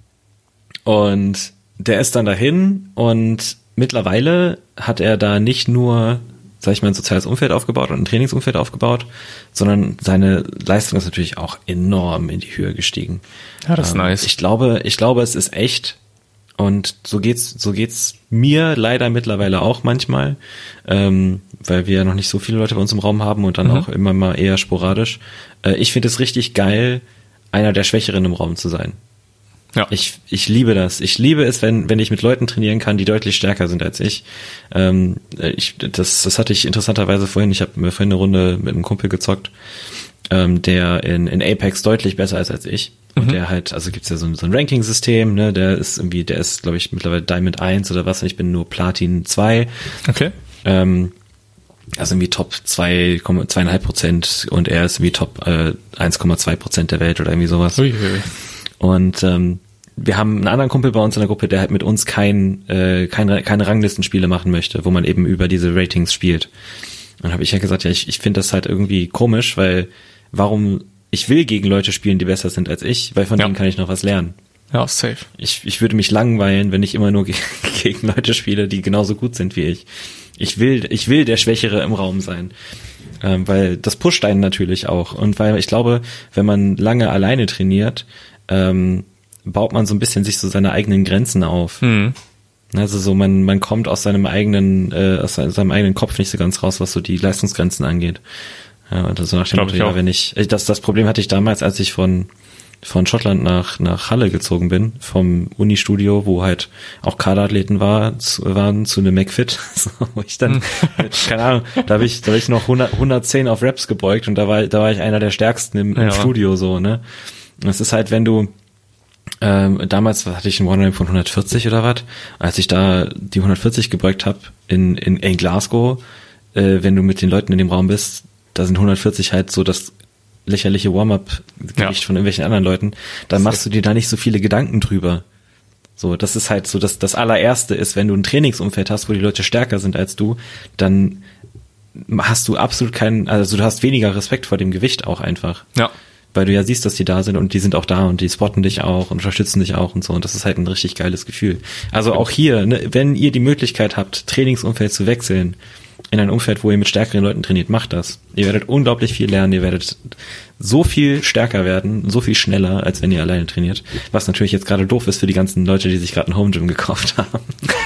B: und der ist dann dahin, und mittlerweile hat er da nicht nur, sag ich mal, ein soziales Umfeld aufgebaut und ein Trainingsumfeld aufgebaut, sondern seine Leistung ist natürlich auch enorm in die Höhe gestiegen.
A: Ja, das ist ähm, nice.
B: Ich glaube, ich glaube, es ist echt, und so geht's, so geht's mir leider mittlerweile auch manchmal, ähm, weil wir ja noch nicht so viele Leute bei uns im Raum haben und dann mhm. auch immer mal eher sporadisch. Äh, ich finde es richtig geil, einer der Schwächeren im Raum zu sein. Ja. Ich, ich liebe das. Ich liebe es, wenn, wenn ich mit Leuten trainieren kann, die deutlich stärker sind als ich. Ähm, ich das, das hatte ich interessanterweise vorhin. Ich habe mir vorhin eine Runde mit einem Kumpel gezockt, ähm, der in, in Apex deutlich besser ist als ich. Und mhm. der halt, also gibt's ja so ein, so ein Ranking-System, ne, der ist irgendwie, der ist, glaube ich, mittlerweile Diamond eins oder was, und ich bin nur Platin zwei.
A: Okay.
B: Ähm, also irgendwie Top zwei, zweieinhalb Prozent, und er ist irgendwie Top äh, eins Komma zwei Prozent der Welt oder irgendwie sowas. Ui, ui. Und ähm, wir haben einen anderen Kumpel bei uns in der Gruppe, der halt mit uns kein, äh, keine, keine Ranglistenspiele machen möchte, wo man eben über diese Ratings spielt. Und dann habe ich ja gesagt, ja, ich, ich finde das halt irgendwie komisch, weil warum, ich will gegen Leute spielen, die besser sind als ich, weil von ja. denen kann ich noch was lernen.
A: Ja, safe.
B: Ich, ich würde mich langweilen, wenn ich immer nur ge- gegen Leute spiele, die genauso gut sind wie ich. Ich will, ich will der Schwächere im Raum sein. Ähm, weil das pusht einen natürlich auch. Und weil ich glaube, wenn man lange alleine trainiert, ähm, baut man so ein bisschen sich so seine eigenen Grenzen auf. Mhm. Also so, man man kommt aus seinem eigenen äh, aus seinem eigenen Kopf nicht so ganz raus, was so die Leistungsgrenzen angeht. Ja, und so nach dem Motto, ja, wenn ich, das das Problem hatte ich damals, als ich von von Schottland nach nach Halle gezogen bin, vom Uni-Studio, wo halt auch Kaderathleten war, zu, waren zu einem McFit, so, wo ich dann, mit, keine Ahnung, da habe ich da hab ich noch hundert, hundertzehn auf Reps gebeugt, und da war da war ich einer der stärksten im, im ja. Studio, so, ne. Das ist halt, wenn du, ähm, damals hatte ich einen One-Rep von hundertvierzig oder was, als ich da die hundertvierzig gebeugt habe in, in, in Glasgow, äh, wenn du mit den Leuten in dem Raum bist, da sind hundertvierzig halt so das lächerliche Warm-up-Gewicht ja. von irgendwelchen anderen Leuten, dann machst du dir da nicht so viele Gedanken drüber. So, das ist halt so, dass das allererste ist, wenn du ein Trainingsumfeld hast, wo die Leute stärker sind als du, dann hast du absolut keinen, also du hast weniger Respekt vor dem Gewicht auch einfach.
A: Ja.
B: Weil du ja siehst, dass die da sind und die sind auch da und die spotten dich auch und unterstützen dich auch und so. Und das ist halt ein richtig geiles Gefühl. Also auch hier, ne, wenn ihr die Möglichkeit habt, Trainingsumfeld zu wechseln, in ein Umfeld, wo ihr mit stärkeren Leuten trainiert, macht das. Ihr werdet unglaublich viel lernen, ihr werdet so viel stärker werden, so viel schneller, als wenn ihr alleine trainiert. Was natürlich jetzt gerade doof ist für die ganzen Leute, die sich gerade ein Home Gym gekauft haben.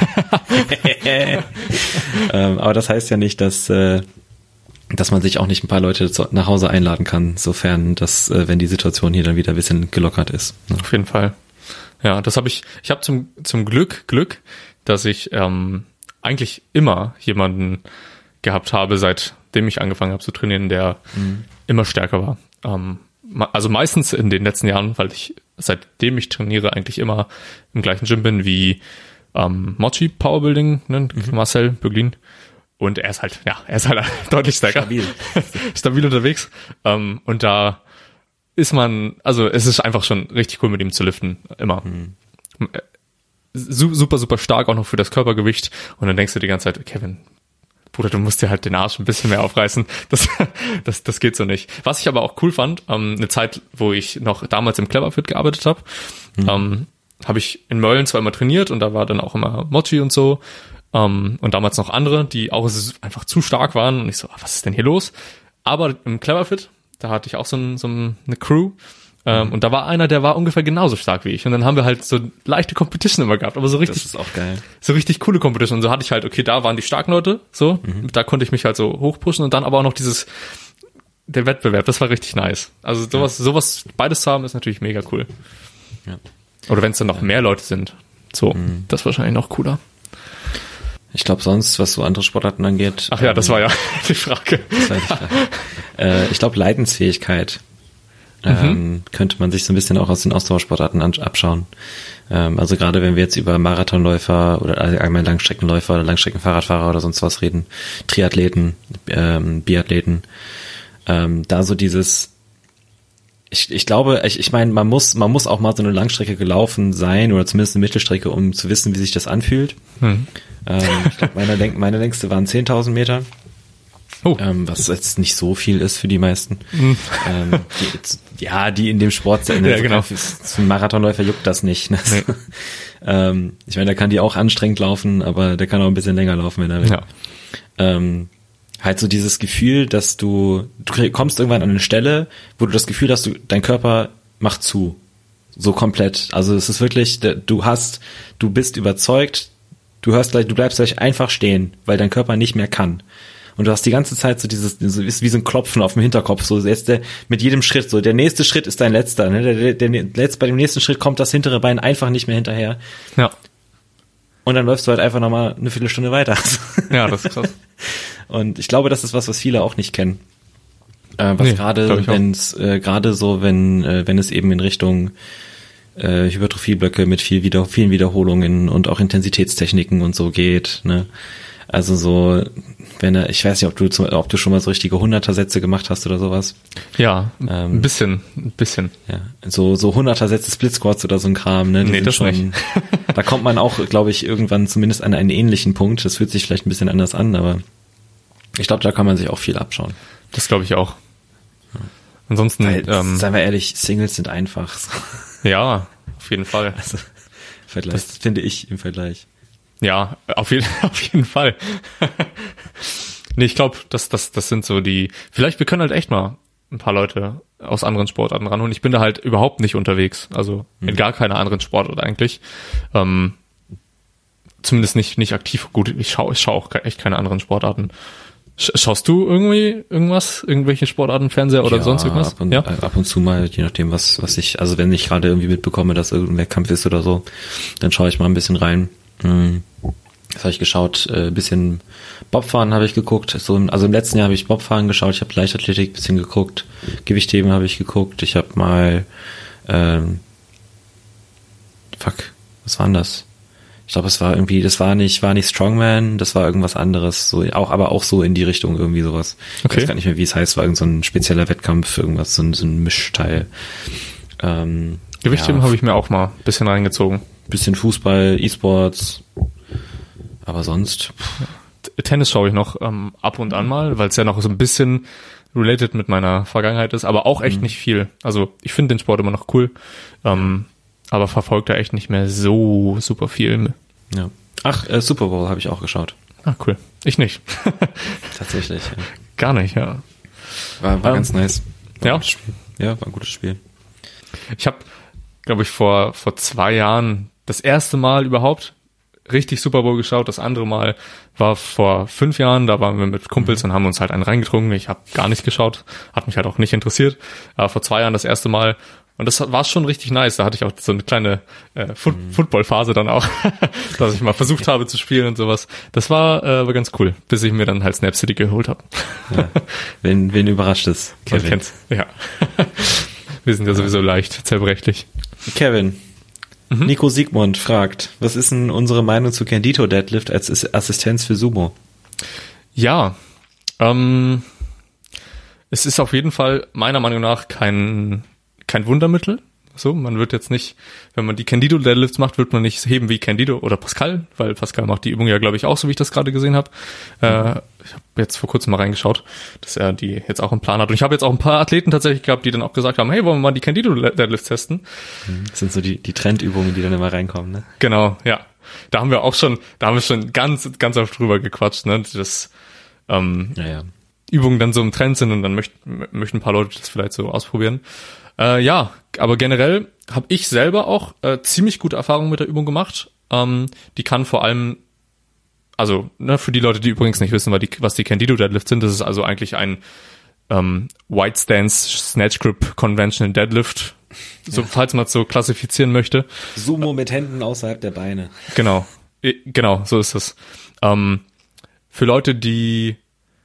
B: ähm, aber das heißt ja nicht, dass äh, dass man sich auch nicht ein paar Leute zu, nach Hause einladen kann, sofern das, äh, wenn die Situation hier dann wieder ein bisschen gelockert ist.
A: Ne? Auf jeden Fall. Ja, das habe ich, ich habe zum zum Glück, Glück, dass ich ähm, eigentlich immer jemanden gehabt habe, seitdem ich angefangen habe zu trainieren, der mhm. immer stärker war. Ähm, also meistens in den letzten Jahren, weil ich seitdem ich trainiere eigentlich immer im gleichen Gym bin wie ähm, Mochi Powerbuilding, ne? mhm. Marcel Böglin. Und er ist halt, ja, er ist halt deutlich stärker. Stabil. Stabil unterwegs. Ähm, und da ist man, also es ist einfach schon richtig cool mit ihm zu liften, immer. Mhm. Super, super stark, auch noch für das Körpergewicht. Und dann denkst du die ganze Zeit, Kevin, Bruder, du musst dir halt den Arsch ein bisschen mehr aufreißen. Das, das, das geht so nicht. Was ich aber auch cool fand, ähm, eine Zeit, wo ich noch damals im Cleverfit gearbeitet habe, mhm. ähm, habe ich in Mölln zwar immer trainiert und da war dann auch immer Mochi und so. Um, und damals noch andere, die auch einfach zu stark waren. Und ich so, was ist denn hier los? Aber im Cleverfit, da hatte ich auch so, ein, so eine Crew. Ähm, mhm. Und da war einer, der war ungefähr genauso stark wie ich. Und dann haben wir halt so leichte Competition immer gehabt. Aber so richtig,
B: das ist auch geil.
A: So richtig coole Competition. Und so hatte ich halt, okay, da waren die starken Leute, so. Mhm. Da konnte ich mich halt so hochpushen. Und dann aber auch noch dieses, der Wettbewerb, das war richtig nice. Also sowas, ja. sowas beides zu haben, ist natürlich mega cool. Ja. Oder wenn es dann noch ja. mehr Leute sind. So, mhm. das ist wahrscheinlich noch cooler.
B: Ich glaube sonst, was so andere Sportarten angeht.
A: Ach ja, ähm, das war ja die Frage. Das war die Frage.
B: äh, ich glaube Leidensfähigkeit ähm, mhm. könnte man sich so ein bisschen auch aus den Ausdauersportarten an, abschauen. Ähm, also gerade wenn wir jetzt über Marathonläufer oder allgemein Langstreckenläufer oder Langstreckenfahrradfahrer oder sonst was reden, Triathleten, ähm, Biathleten, ähm, da so dieses Ich, ich glaube, ich, ich meine, man muss, man muss auch mal so eine Langstrecke gelaufen sein oder zumindest eine Mittelstrecke, um zu wissen, wie sich das anfühlt. Hm. Ähm, ich glaube, meine, meine längste waren zehntausend Meter. Oh. Ähm, was jetzt nicht so viel ist für die meisten. Hm. Ähm, die, ja, die in dem Sport sind.
A: Ja, genau.
B: Für einen Marathonläufer juckt das nicht. Ne? Nee. ähm, ich meine, da kann die auch anstrengend laufen, aber der kann auch ein bisschen länger laufen, wenn er will. Ja. Ähm, halt so dieses Gefühl, dass du, du kommst irgendwann an eine Stelle, wo du das Gefühl hast, du, dein Körper macht zu. So komplett. Also es ist wirklich, du hast, du bist überzeugt, du hörst gleich, du bleibst gleich einfach stehen, weil dein Körper nicht mehr kann. Und du hast die ganze Zeit so dieses, so ist wie so ein Klopfen auf dem Hinterkopf, so jetzt der, mit jedem Schritt, so der nächste Schritt ist dein letzter, ne? Der, der, der, der, bei dem nächsten Schritt kommt das hintere Bein einfach nicht mehr hinterher. Ja. Und dann läufst du halt einfach nochmal eine Viertelstunde weiter.
A: Ja, das ist krass.
B: Und ich glaube, das ist was, was viele auch nicht kennen. Äh, was nee, gerade, wenn es äh, gerade so, wenn äh, wenn es eben in Richtung äh, Hypertrophieblöcke mit viel wieder, vielen Wiederholungen und auch Intensitätstechniken und so geht. Ne? Also so, wenn er, ich weiß nicht, ob du zum, ob du schon mal so richtige Hunderter-Sätze gemacht hast oder sowas.
A: Ja, ähm, ein bisschen, ein bisschen.
B: Ja, so so Hunderter-Sätze Split Squats oder so ein Kram. Ne? Die
A: nee, das
B: schon,
A: nicht.
B: Da kommt man auch, glaube ich, irgendwann zumindest an einen ähnlichen Punkt. Das fühlt sich vielleicht ein bisschen anders an, aber ich glaube, da kann man sich auch viel abschauen.
A: Das glaube ich auch. Ja. Ansonsten,
B: Weil,
A: ähm,
B: seien wir ehrlich, Singles sind einfach.
A: Ja, auf jeden Fall.
B: Also, Vergleich, das finde ich im Vergleich.
A: Ja, auf jeden, auf jeden Fall. Nee, ich glaube, das, das, das sind so die, vielleicht, wir können halt echt mal ein paar Leute aus anderen Sportarten ranholen. Ich bin da halt überhaupt nicht unterwegs. Also, in hm. gar keiner anderen Sportart eigentlich. Ähm, zumindest nicht, nicht aktiv. Gut, ich schaue, ich schaue auch echt keine anderen Sportarten. Schaust du irgendwie irgendwas, irgendwelche Sportarten, Fernseher oder
B: ja,
A: sonst irgendwas?
B: Ab und,
A: ja,
B: ab und zu mal, je nachdem, was was ich, also wenn ich gerade irgendwie mitbekomme, dass irgendein Wettkampf ist oder so, dann schaue ich mal ein bisschen rein. Das habe ich geschaut, ein äh, bisschen Bobfahren habe ich geguckt. So, also im letzten Jahr habe ich Bobfahren geschaut, ich habe Leichtathletik ein bisschen geguckt, Gewichtheben habe ich geguckt, ich habe mal, ähm, fuck, was war denn das? Ich glaube, es war irgendwie, das war nicht, war nicht Strongman, das war irgendwas anderes, so auch, aber auch so in die Richtung irgendwie sowas.
A: Okay.
B: Ich weiß gar nicht mehr, wie es heißt, war irgend so ein spezieller Wettkampf, irgendwas, so ein, so ein Mischteil. Ähm,
A: Gewichtheben
B: ja,
A: habe ich mir auch mal ein bisschen reingezogen.
B: Bisschen Fußball, E-Sports, aber sonst.
A: Tennis schaue ich noch ähm, ab und an mal, weil es ja noch so ein bisschen related mit meiner Vergangenheit ist, aber auch echt mhm. nicht viel. Also ich finde den Sport immer noch cool, ähm, aber verfolgt da echt nicht mehr so super viel.
B: Ja. Ach, äh, Super Bowl habe ich auch geschaut.
A: Ah, cool. Ich nicht.
B: Tatsächlich. Ja.
A: Gar nicht, ja.
B: War, war ähm, ganz nice. War
A: ja.
B: Ja, war ein gutes Spiel.
A: Ich habe, glaube ich, vor vor zwei Jahren das erste Mal überhaupt richtig Super Bowl geschaut. Das andere Mal war vor fünf Jahren, da waren wir mit Kumpels mhm. und haben uns halt einen reingetrunken. Ich habe gar nicht geschaut, hat mich halt auch nicht interessiert. Aber vor zwei Jahren das erste Mal. Und das war schon richtig nice. Da hatte ich auch so eine kleine äh, Foot- mhm. Football-Phase dann auch, dass ich mal versucht habe zu spielen und sowas. Das war, äh, war ganz cool, bis ich mir dann halt Snap City geholt habe.
B: Ja. Wen, wen überrascht es?
A: Kevin. Kennt's. Ja. Wir sind ja sowieso leicht zerbrechlich.
B: Kevin. Mhm. Nico Siegmund fragt, was ist denn unsere Meinung zu Candito Deadlift als Assistenz für Sumo?
A: Ja, ähm, es ist auf jeden Fall meiner Meinung nach kein kein Wundermittel. So, man wird jetzt nicht, wenn man die Candito Deadlifts macht, wird man nicht heben wie Candito oder Pascal, weil Pascal macht die Übung ja, glaube ich, auch so, wie ich das gerade gesehen habe. Mhm. Äh, ich habe jetzt vor kurzem mal reingeschaut, dass er die jetzt auch im Plan hat. Und ich habe jetzt auch ein paar Athleten tatsächlich gehabt, die dann auch gesagt haben, hey, wollen wir mal die Candito Deadlifts testen?
B: Das sind so die, die Trendübungen, die dann immer reinkommen, ne?
A: Genau, ja. Da haben wir auch schon, da haben wir schon ganz, ganz oft drüber gequatscht, ne, dass ähm,
B: ja, ja.
A: Übungen dann so im Trend sind und dann möchten, möchten ein paar Leute das vielleicht so ausprobieren. Äh, ja, aber generell habe ich selber auch äh, ziemlich gute Erfahrungen mit der Übung gemacht. Ähm, die kann vor allem, also ne, für die Leute, die übrigens nicht wissen, was die, was die Candito Deadlifts sind, das ist also eigentlich ein ähm, White Stance Snatch Grip Conventional Deadlift, so, ja. falls man es so klassifizieren möchte.
B: Sumo mit Händen außerhalb der Beine.
A: Genau, genau, so ist es. Ähm, für Leute, die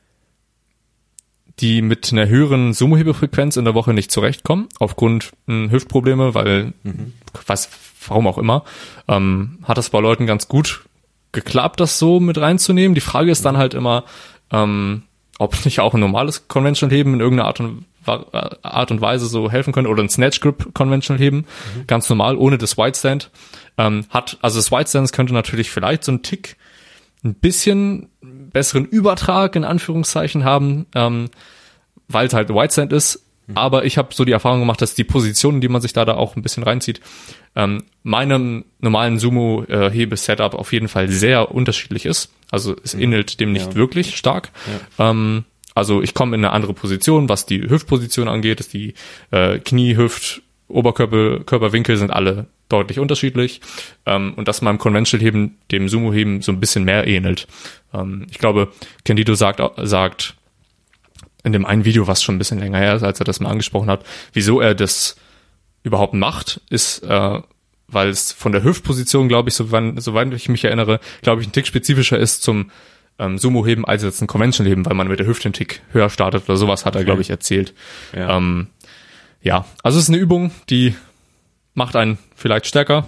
A: die mit einer höheren Sumo-Hebefrequenz in der Woche nicht zurechtkommen, aufgrund mh, Hüftprobleme, weil, mhm. was, warum auch immer, ähm, hat das bei Leuten ganz gut geklappt, das so mit reinzunehmen. Die Frage ist dann halt immer, ähm, ob nicht auch ein normales Conventional Heben in irgendeiner Art und, Art und Weise so helfen könnte, oder ein Snatch Grip Conventional Heben, mhm. ganz normal, ohne das White Stand. Ähm, hat, also das White Stance könnte natürlich vielleicht so einen Tick ein bisschen besseren Übertrag in Anführungszeichen haben, ähm, weil es halt ein White Stand ist. Mhm. Aber ich habe so die Erfahrung gemacht, dass die Positionen, die man sich da da auch ein bisschen reinzieht, ähm, meinem normalen Sumo-Hebe-Setup auf jeden Fall sehr unterschiedlich ist. Also es mhm. ähnelt dem nicht ja. wirklich stark. Ja. Ähm, also ich komme in eine andere Position, was die Hüftposition angeht, ist die äh, Knie, Hüft, Oberkörper, Körperwinkel sind alle deutlich unterschiedlich, ähm, und das meinem Conventional-Heben, dem Sumo-Heben so ein bisschen mehr ähnelt. Ähm, ich glaube, Candito sagt, sagt in dem einen Video, was schon ein bisschen länger her ist, als er das mal angesprochen hat, wieso er das überhaupt macht, ist, äh, weil es von der Hüftposition, glaube ich, soweit, soweit ich mich erinnere, glaube ich, ein Tick spezifischer ist zum ähm, Sumo-Heben als jetzt ein Conventional-Heben, weil man mit der Hüfte einen Tick höher startet oder sowas, hat er, glaube ich, erzählt. Ja. Ähm, ja, also es ist eine Übung, die macht einen vielleicht stärker,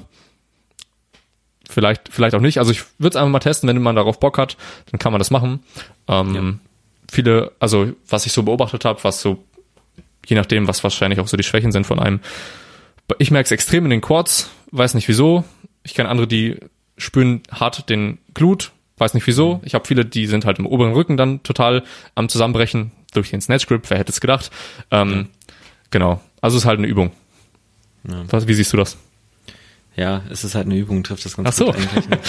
A: vielleicht vielleicht auch nicht. Also ich würde es einfach mal testen, wenn man darauf Bock hat, dann kann man das machen. Ähm, ja. Viele, also was ich so beobachtet habe, was so, je nachdem, was wahrscheinlich auch so die Schwächen sind von einem, ich merke es extrem in den Quads, weiß nicht wieso. Ich kenne andere, die spüren hart den Glut, weiß nicht wieso. Ich habe viele, die sind halt im oberen Rücken dann total am Zusammenbrechen durch den Snatch Grip, wer hätte es gedacht. Ähm, ja. Genau, also es ist halt eine Übung. Ja. Was, wie siehst du das?
B: Ja, es ist halt eine Übung, trifft das ganz
A: Ach so.
B: gut eigentlich. Ne?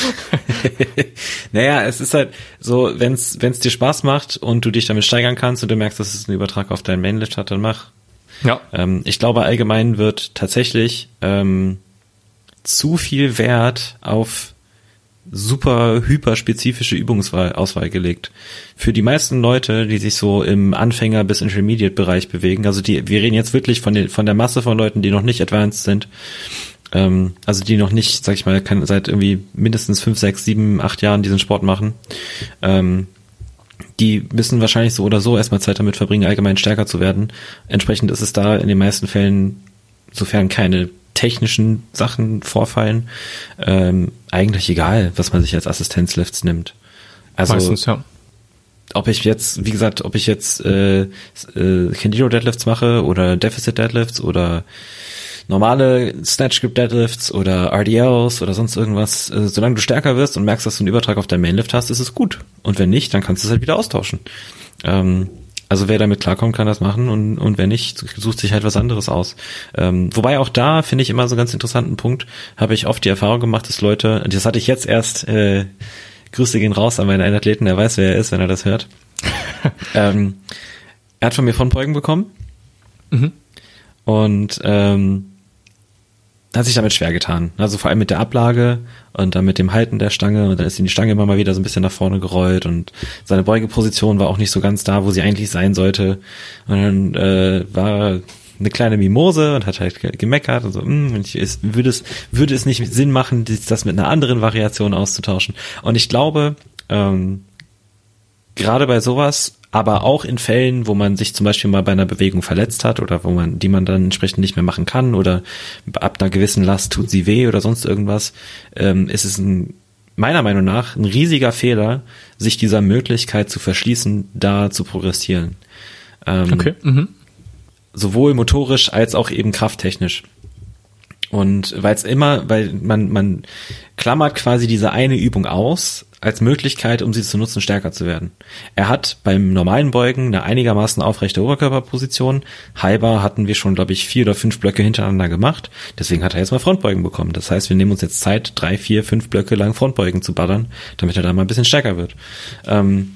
B: Naja, es ist halt so, wenn es wenn es dir Spaß macht und du dich damit steigern kannst und du merkst, dass es einen Übertrag auf deinen Mainlift hat, dann mach.
A: Ja.
B: Ähm, ich glaube, allgemein wird tatsächlich ähm, zu viel Wert auf super hyperspezifische Übungsauswahl gelegt. Für die meisten Leute, die sich so im Anfänger- bis Intermediate-Bereich bewegen, also die, wir reden jetzt wirklich von den, von der Masse von Leuten, die noch nicht advanced sind, ähm, also die noch nicht, sag ich mal, kann, seit irgendwie mindestens fünf, sechs, sieben, acht Jahren diesen Sport machen, ähm, die müssen wahrscheinlich so oder so erstmal Zeit damit verbringen, allgemein stärker zu werden. Entsprechend ist es da in den meisten Fällen, sofern keine technischen Sachen vorfallen, ähm, eigentlich egal, was man sich als Assistenzlifts nimmt. Also, meistens, ja. Ob ich jetzt, wie gesagt, ob ich jetzt äh, äh, Candido Deadlifts mache oder Deficit Deadlifts oder normale Snatch Grip Deadlifts oder R D Ls oder sonst irgendwas, äh, solange du stärker wirst und merkst, dass du einen Übertrag auf dein Mainlift hast, ist es gut. Und wenn nicht, dann kannst du es halt wieder austauschen. Ähm, also wer damit klarkommt, kann das machen und, und wer nicht, sucht sich halt was anderes aus. Ähm, wobei auch da finde ich immer so einen ganz interessanten Punkt, habe ich oft die Erfahrung gemacht, dass Leute, das hatte ich jetzt erst, äh, Grüße gehen raus an meinen Athleten, der weiß, wer er ist, wenn er das hört. ähm, er hat von mir Frontbeugen bekommen mhm. und ähm, hat sich damit schwer getan. Also vor allem mit der Ablage und dann mit dem Halten der Stange und dann ist ihm die Stange immer mal wieder so ein bisschen nach vorne gerollt und seine Beugeposition war auch nicht so ganz da, wo sie eigentlich sein sollte. Und dann äh, war eine kleine Mimose und hat halt gemeckert und so, mh, und ich, es, würde es würde es nicht Sinn machen, das mit einer anderen Variation auszutauschen. Und ich glaube, ähm, gerade bei sowas, aber auch in Fällen, wo man sich zum Beispiel mal bei einer Bewegung verletzt hat oder wo man, die man dann entsprechend nicht mehr machen kann oder ab einer gewissen Last tut sie weh oder sonst irgendwas, ähm, ist es ein, meiner Meinung nach ein riesiger Fehler, sich dieser Möglichkeit zu verschließen, da zu progressieren. Ähm,
A: okay. Mhm.
B: Sowohl motorisch als auch eben krafttechnisch. Und weil es immer, weil man, man klammert quasi diese eine Übung aus, als Möglichkeit, um sie zu nutzen, stärker zu werden. Er hat beim normalen Beugen eine einigermaßen aufrechte Oberkörperposition. Halber hatten wir schon, glaube ich, vier oder fünf Blöcke hintereinander gemacht. Deswegen hat er jetzt mal Frontbeugen bekommen. Das heißt, wir nehmen uns jetzt Zeit, drei, vier, fünf Blöcke lang Frontbeugen zu ballern, damit er da mal ein bisschen stärker wird. Ähm,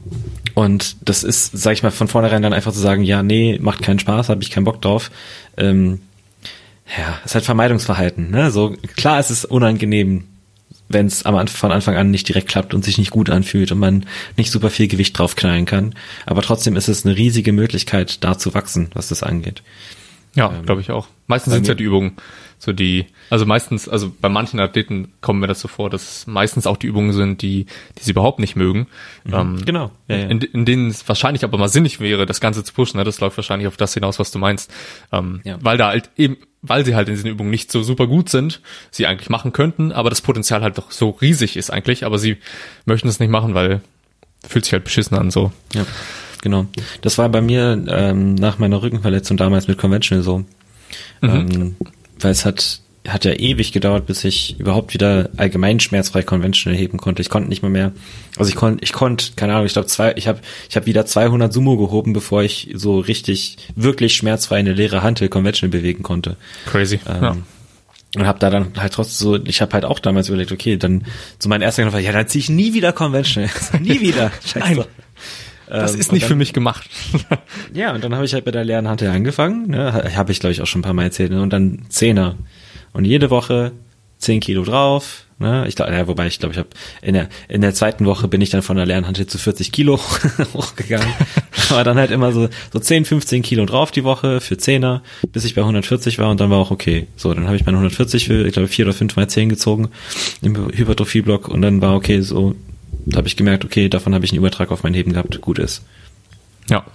B: und das ist, sag ich mal, von vornherein dann einfach zu sagen, ja, nee, macht keinen Spaß, habe ich keinen Bock drauf. Ähm, ja, ist halt Vermeidungsverhalten, ne? So, klar, es ist unangenehm, wenn es am von Anfang an nicht direkt klappt und sich nicht gut anfühlt und man nicht super viel Gewicht draufknallen kann. Aber trotzdem ist es eine riesige Möglichkeit, da zu wachsen, was das angeht.
A: Ja, ähm, glaube ich auch. Meistens sind es ja die Übungen, so die, also meistens, also bei manchen Athleten kommen mir das so vor, dass es meistens auch die Übungen sind, die, die sie überhaupt nicht mögen.
B: Mhm, ähm, genau. Ja, ja.
A: In, in denen es wahrscheinlich aber mal sinnig wäre, das Ganze zu pushen. Ne? Das läuft wahrscheinlich auf das hinaus, was du meinst. Ähm, ja. Weil da halt eben, weil sie halt in diesen Übungen nicht so super gut sind, sie eigentlich machen könnten, aber das Potenzial halt doch so riesig ist eigentlich, aber sie möchten es nicht machen, weil fühlt sich halt beschissen an, so.
B: Ja, genau. Das war bei mir ähm, nach meiner Rückenverletzung damals mit Conventional so. Mhm. Ähm, weil es hat, hat ja ewig gedauert, bis ich überhaupt wieder allgemein schmerzfrei Conventional heben konnte. Ich konnte nicht mehr mehr. Also ich konnte, ich konnte, keine Ahnung, ich glaube zwei, ich habe, ich habe wieder zweihundert Sumo gehoben, bevor ich so richtig, wirklich schmerzfrei eine leere Hantel Conventional bewegen konnte.
A: Crazy. Ähm, ja.
B: Und habe da dann halt trotzdem so, ich habe halt auch damals überlegt, okay, dann so mein erster Gedanke war, ja, dann zieh ich nie wieder Conventional, nie wieder.
A: Nein. Das ähm, ist nicht dann, für mich gemacht.
B: Ja, und dann habe ich halt bei der leeren Hantel angefangen, ne, habe ich glaube ich auch schon ein paar Mal erzählt, ne, und dann Zehner. Und jede Woche zehn Kilo drauf, ne, ich glaube, ja, wobei ich glaube, ich habe in der in der zweiten Woche bin ich dann von der leeren Hantel zu vierzig Kilo hochgegangen. Aber dann halt immer so so zehn, fünfzehn Kilo drauf die Woche für Zehner, bis ich bei hundertvierzig war und dann war auch okay. So, dann habe ich meine hundertvierzig für, ich glaube, vier oder fünf mal zehn gezogen im Hypertrophie-Block und dann war okay, so, da habe ich gemerkt, okay, davon habe ich einen Übertrag auf mein Heben gehabt, gut ist.
A: Ja.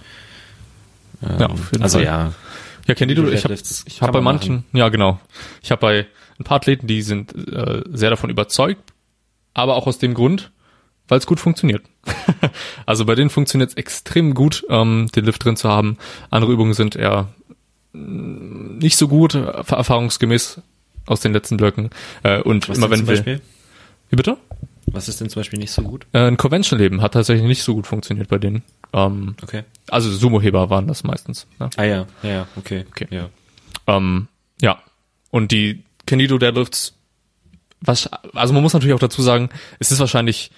B: Ähm, ja, auf jeden also Fall. ja.
A: Ja, Candido, ich habe ich hab bei manchen, machen. ja genau, ich habe bei ein paar Athleten, die sind äh, sehr davon überzeugt, aber auch aus dem Grund, weil es gut funktioniert. Also bei denen funktioniert es extrem gut, ähm, den Lift drin zu haben. Andere Übungen sind eher nicht so gut, erfahrungsgemäß aus den letzten Blöcken. Äh, und
B: Was
A: immer wenn
B: zum
A: wir,
B: Beispiel?
A: Wie bitte?
B: Was ist denn zum Beispiel nicht so gut?
A: Äh, ein Conventional-Leben hat tatsächlich nicht so gut funktioniert bei denen. Ähm,
B: okay.
A: Also Sumo-Heber waren das meistens. Ne?
B: Ah ja, ja, ja, okay.
A: okay.
B: Ja.
A: Ähm, ja. Und die Candido Deadlifts, was, also man muss natürlich auch dazu sagen, es ist wahrscheinlich,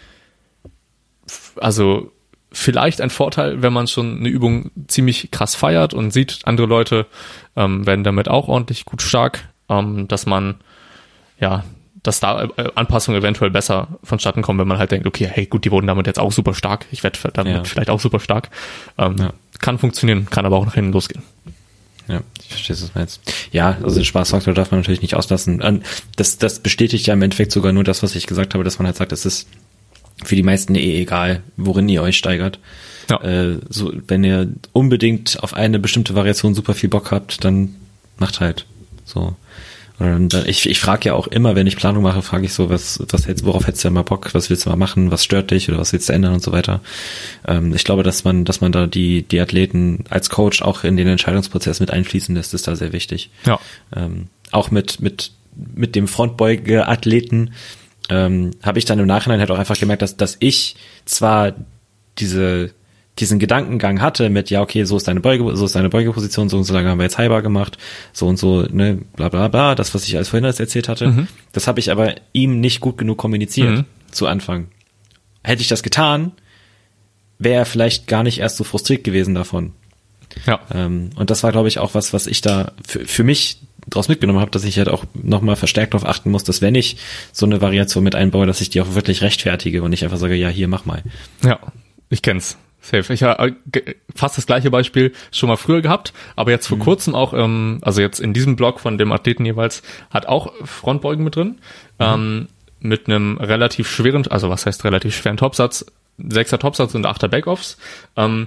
A: also vielleicht ein Vorteil, wenn man schon eine Übung ziemlich krass feiert und sieht, andere Leute ähm, werden damit auch ordentlich gut stark, ähm, dass man, ja, dass da Anpassungen eventuell besser vonstatten kommen, wenn man halt denkt, okay, hey, gut, die wurden damit jetzt auch super stark, ich werde damit ja. vielleicht auch super stark. Ähm, ja. Kann funktionieren, kann aber auch nach hinten losgehen.
B: Ja, ich verstehe, was du meinst. Ja, also den Spaßfaktor darf man natürlich nicht auslassen. Das, das bestätigt ja im Endeffekt sogar nur das, was ich gesagt habe, dass man halt sagt, es ist für die meisten eh egal, worin ihr euch steigert. Ja. Äh, so, wenn ihr unbedingt auf eine bestimmte Variation super viel Bock habt, dann macht halt so. Und ich, ich frage ja auch immer, wenn ich Planung mache, frage ich so, was, was hättest, worauf hättest du denn mal Bock, was willst du mal machen, was stört dich oder was willst du ändern und so weiter. Ähm, ich glaube, dass man, dass man da die, die Athleten als Coach auch in den Entscheidungsprozess mit einfließen lässt, ist da sehr wichtig.
A: Ja.
B: Ähm, auch mit, mit, mit dem Frontbeuge-Athleten, ähm, habe ich dann im Nachhinein halt auch einfach gemerkt, dass, dass ich zwar diese, diesen Gedankengang hatte mit, ja, okay, so ist deine Beuge, so ist deine Beugeposition, so und so lange haben wir jetzt Highbar gemacht, so und so, ne, bla, bla, bla, das, was ich als vorhin erzählt hatte, mhm. das habe ich aber ihm nicht gut genug kommuniziert mhm. zu Anfang. Hätte ich das getan, wäre er vielleicht gar nicht erst so frustriert gewesen davon.
A: Ja.
B: Ähm, und das war, glaube ich, auch was, was ich da für, für mich draus mitgenommen habe, dass ich halt auch nochmal verstärkt darauf achten muss, dass wenn ich so eine Variation mit einbaue, dass ich die auch wirklich rechtfertige und nicht einfach sage, ja, hier, mach mal.
A: Ja, ich kenn's. Safe. Ich habe fast das gleiche Beispiel schon mal früher gehabt, aber jetzt vor mhm. kurzem auch, ähm, also jetzt in diesem Blog von dem Athleten jeweils, hat auch Frontbeugen mit drin, mhm. ähm, mit einem relativ schweren, also was heißt relativ schweren Topsatz, Sechser Topsatz und Achter Backoffs. Ähm,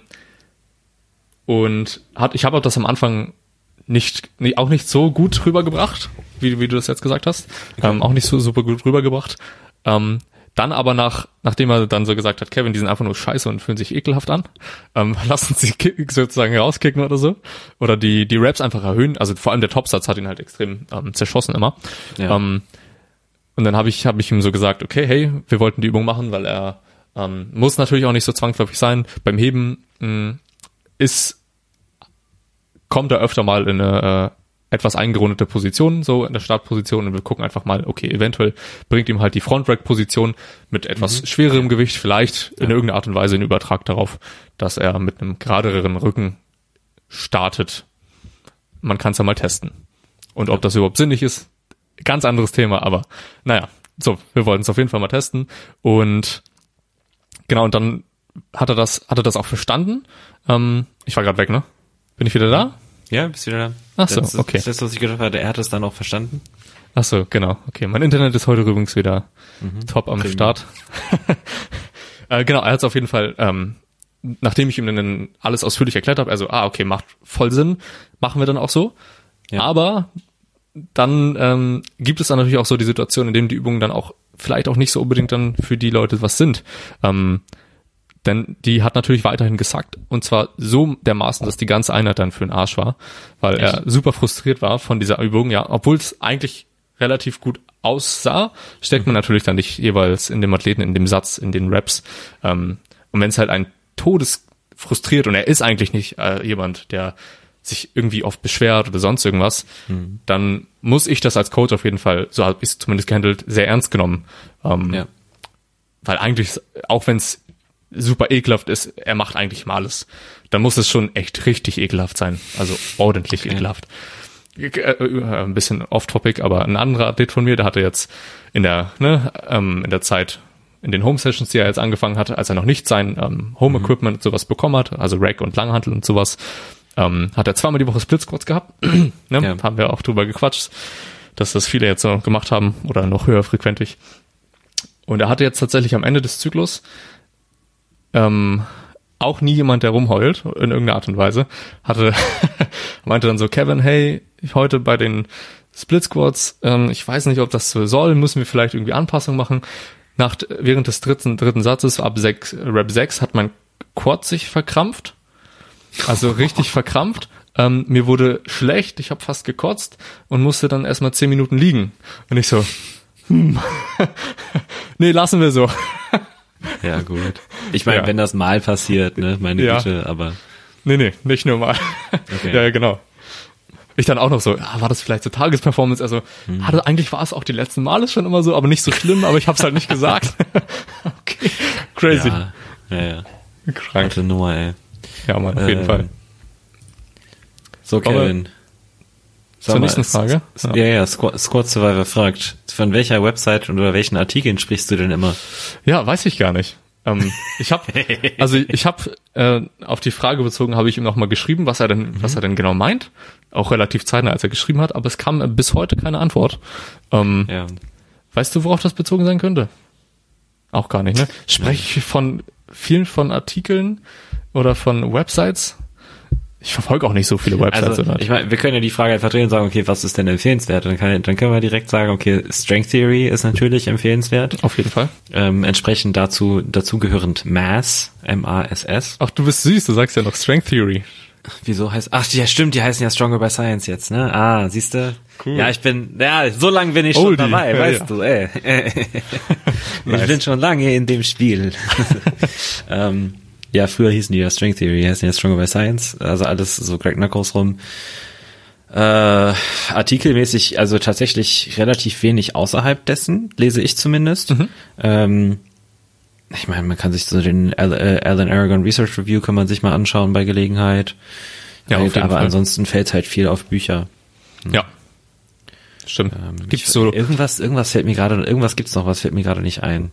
A: und hat, ich habe auch das am Anfang nicht, nicht, auch nicht so gut rübergebracht, wie, wie du das jetzt gesagt hast, okay. ähm, auch nicht so super gut rübergebracht. Ähm, Dann aber nach, nachdem er dann so gesagt hat, Kevin, die sind einfach nur scheiße und fühlen sich ekelhaft an, ähm, lassen sie sozusagen rauskicken oder so. Oder die, die Raps einfach erhöhen. Also vor allem der Topsatz hat ihn halt extrem ähm, zerschossen immer. Ja. Ähm, und dann habe ich, hab ich ihm so gesagt, okay, hey, wir wollten die Übung machen, weil er ähm, muss natürlich auch nicht so zwangsläufig sein. Beim Heben mh, ist, kommt er öfter mal in eine äh, etwas eingerundete Position, so in der Startposition, und wir gucken einfach mal, okay, eventuell bringt ihm halt die Front-Rack-Position mit etwas mhm. schwererem Gewicht vielleicht ja. in irgendeiner Art und Weise einen Übertrag darauf, dass er mit einem geraderen Rücken startet. Man kann es ja mal testen. Und ob das überhaupt sinnig ist, ganz anderes Thema, aber naja, so, wir wollten es auf jeden Fall mal testen. Und genau, und dann hat er das, hat er das auch verstanden. Ähm, ich war gerade weg, ne? Bin ich wieder da?
B: Ja, bist wieder da.
A: Ach so,
B: das ist,
A: okay.
B: Das ist das, was ich gedacht hatte, er hat es dann auch verstanden.
A: Ach so, genau. Okay, mein Internet ist heute übrigens wieder mhm. top am Prima. Start. äh, genau, er hat es auf jeden Fall, ähm, nachdem ich ihm dann alles ausführlich erklärt habe, also, ah, okay, macht voll Sinn, machen wir dann auch so. Ja. Aber dann ähm, gibt es dann natürlich auch so die Situation, in denen die Übungen dann auch vielleicht auch nicht so unbedingt dann für die Leute was sind. Ähm, Denn die hat natürlich weiterhin gesackt, und zwar so dermaßen, dass die ganze Einheit dann für den Arsch war, weil Echt? er super frustriert war von dieser Übung, ja, obwohl es eigentlich relativ gut aussah, steckt man mhm. natürlich dann nicht jeweils in dem Athleten, in dem Satz, in den Raps. Ähm, und wenn es halt ein Todes frustriert, und er ist eigentlich nicht äh, jemand, der sich irgendwie oft beschwert oder sonst irgendwas, mhm. dann muss ich das als Coach auf jeden Fall, so habe ich es zumindest gehandelt, sehr ernst genommen. Ähm, ja. Weil eigentlich, auch wenn es super ekelhaft ist, er macht eigentlich mal alles. Dann muss es schon echt richtig ekelhaft sein. Also ordentlich okay. ekelhaft. Ein bisschen off-topic, aber ein anderer Athlet von mir, der hatte jetzt in der, ne, ähm, in der Zeit, in den Home-Sessions, die er jetzt angefangen hatte, als er noch nicht sein ähm, Home-Equipment und sowas bekommen hat, also Rack und Langhantel und sowas, ähm, hat er zweimal die Woche Split-Squats gehabt. ne? Ja. Haben wir auch drüber gequatscht, dass das viele jetzt so gemacht haben oder noch höher frequentig. Und er hatte jetzt tatsächlich am Ende des Zyklus Ähm, auch nie jemand, der rumheult, in irgendeiner Art und Weise, hatte, meinte dann so, Kevin, hey, heute bei den Split Squats, ähm, ich weiß nicht, ob das so soll, müssen wir vielleicht irgendwie Anpassungen machen. Nach, während des dritten, dritten Satzes, ab sechs, Rep sechs, hat mein Quad sich verkrampft, also richtig verkrampft. Ähm, mir wurde schlecht, ich habe fast gekotzt und musste dann erstmal zehn Minuten liegen. Und ich so, hm, nee, lassen wir so.
B: Ja, gut. Ich meine, ja. wenn das mal passiert, ne, meine ja. Güte, aber...
A: Nee, nee, nicht nur mal. Okay. Ja, genau. Ich dann auch noch so, ah, war das vielleicht so Tagesperformance? Also, hm. hatte, eigentlich war es auch die letzten Male schon immer so, aber nicht so schlimm, aber ich hab's halt nicht gesagt. Okay, crazy.
B: Ja, ja, ja.
A: Krank.
B: Gute Nummer, ey.
A: Ja, Mann, auf ähm, jeden Fall.
B: So, Kevin.
A: Zur mal, nächsten Frage.
B: Ja, ja, ja Squad, Squad Survivor fragt, von welcher Website und oder welchen Artikeln sprichst du denn immer?
A: Ja, weiß ich gar nicht. Ähm, ich habe, also ich habe äh, auf die Frage bezogen, habe ich ihm nochmal geschrieben, was er denn, mhm. was er denn genau meint. Auch relativ zeitnah, als er geschrieben hat, aber es kam bis heute keine Antwort. Ähm, ja. Weißt du, worauf das bezogen sein könnte? Auch gar nicht, ne? Spreche ich von vielen von Artikeln oder von Websites? Ich verfolge auch nicht so viele Websites.
B: Also, ich meine, wir können ja die Frage einfach drehen und sagen, okay, was ist denn empfehlenswert? Dann, kann, dann können wir direkt sagen, okay, Strength Theory ist natürlich empfehlenswert.
A: Auf jeden Fall.
B: Ähm, entsprechend dazu, dazugehörend Mass, M A S S.
A: Ach, du bist süß, du sagst ja noch Strength Theory.
B: Wieso heißt, ach, ja, stimmt, die heißen ja Stronger by Science jetzt, ne? Ah, siehst du?
A: Cool.
B: Ja, ich bin, ja, so lange bin ich schon
A: Oldie.
B: dabei,
A: Ja,
B: weißt
A: ja.
B: du, ey. Ich
A: Nice.
B: bin schon lange in dem Spiel. ähm, ja, früher hießen die ja Strength Theory, die heißen ja Stronger by Science, also alles so Greg Knuckles rum. Äh, artikelmäßig, also tatsächlich relativ wenig außerhalb dessen, lese ich zumindest.
A: Mhm.
B: Ähm, ich meine, man kann sich so den Alan Aragon Research Review kann man sich mal anschauen bei Gelegenheit.
A: Ja, auf jeden
B: aber
A: Fall.
B: ansonsten fällt halt viel auf Bücher.
A: Ja. Stimmt.
B: Ähm,
A: Gibt's
B: ich,
A: so,
B: irgendwas, irgendwas fällt mir gerade, irgendwas gibt's noch, was fällt mir gerade nicht ein.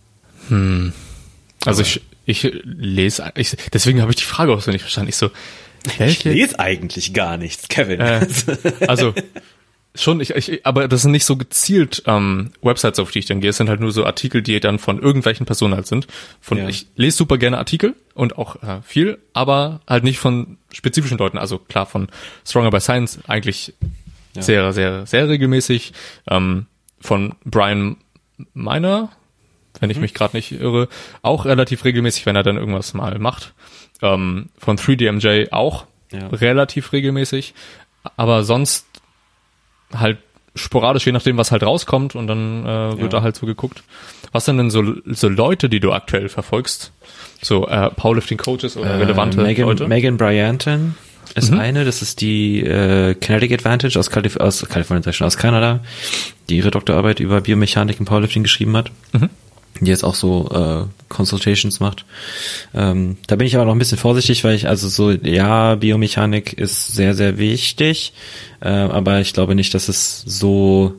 A: hm. Also
B: Aber-
A: ich, ich lese, ich, deswegen habe ich die Frage auch so nicht verstanden. Ich so, welche?
B: lese eigentlich gar nichts, Kevin.
A: Äh, also schon, ich, ich, aber das sind nicht so gezielt ähm, Websites, auf die ich dann gehe. Es sind halt nur so Artikel, die dann von irgendwelchen Personen halt sind. Von
B: Ja.
A: ich lese super gerne Artikel und auch äh, viel, aber halt nicht von spezifischen Leuten. Also klar von Stronger by Science eigentlich
B: Ja.
A: sehr, sehr, sehr regelmäßig. Ähm, von Brian Miner, wenn ich mich gerade nicht irre, auch relativ regelmäßig, wenn er dann irgendwas mal macht. Ähm, von drei D M J auch
B: Ja.
A: relativ regelmäßig, aber sonst halt sporadisch, je nachdem, was halt rauskommt, und dann äh, wird
B: Ja.
A: da halt so geguckt. Was sind denn so, so Leute, die du aktuell verfolgst? So äh, Powerlifting-Coaches oder relevante
B: äh, Megan,
A: Leute?
B: Megan Bryanton ist
A: Mhm.
B: eine, das ist die äh, Kinetic Advantage aus, Kalif- aus Kalifornien, sag ich schon, aus Kanada, die ihre Doktorarbeit über Biomechanik im Powerlifting geschrieben hat.
A: Mhm.
B: Die jetzt auch so äh, Consultations macht. Ähm, da bin ich aber noch ein bisschen vorsichtig, weil ich also so, ja, Biomechanik ist sehr, sehr wichtig, äh, aber ich glaube nicht, dass es so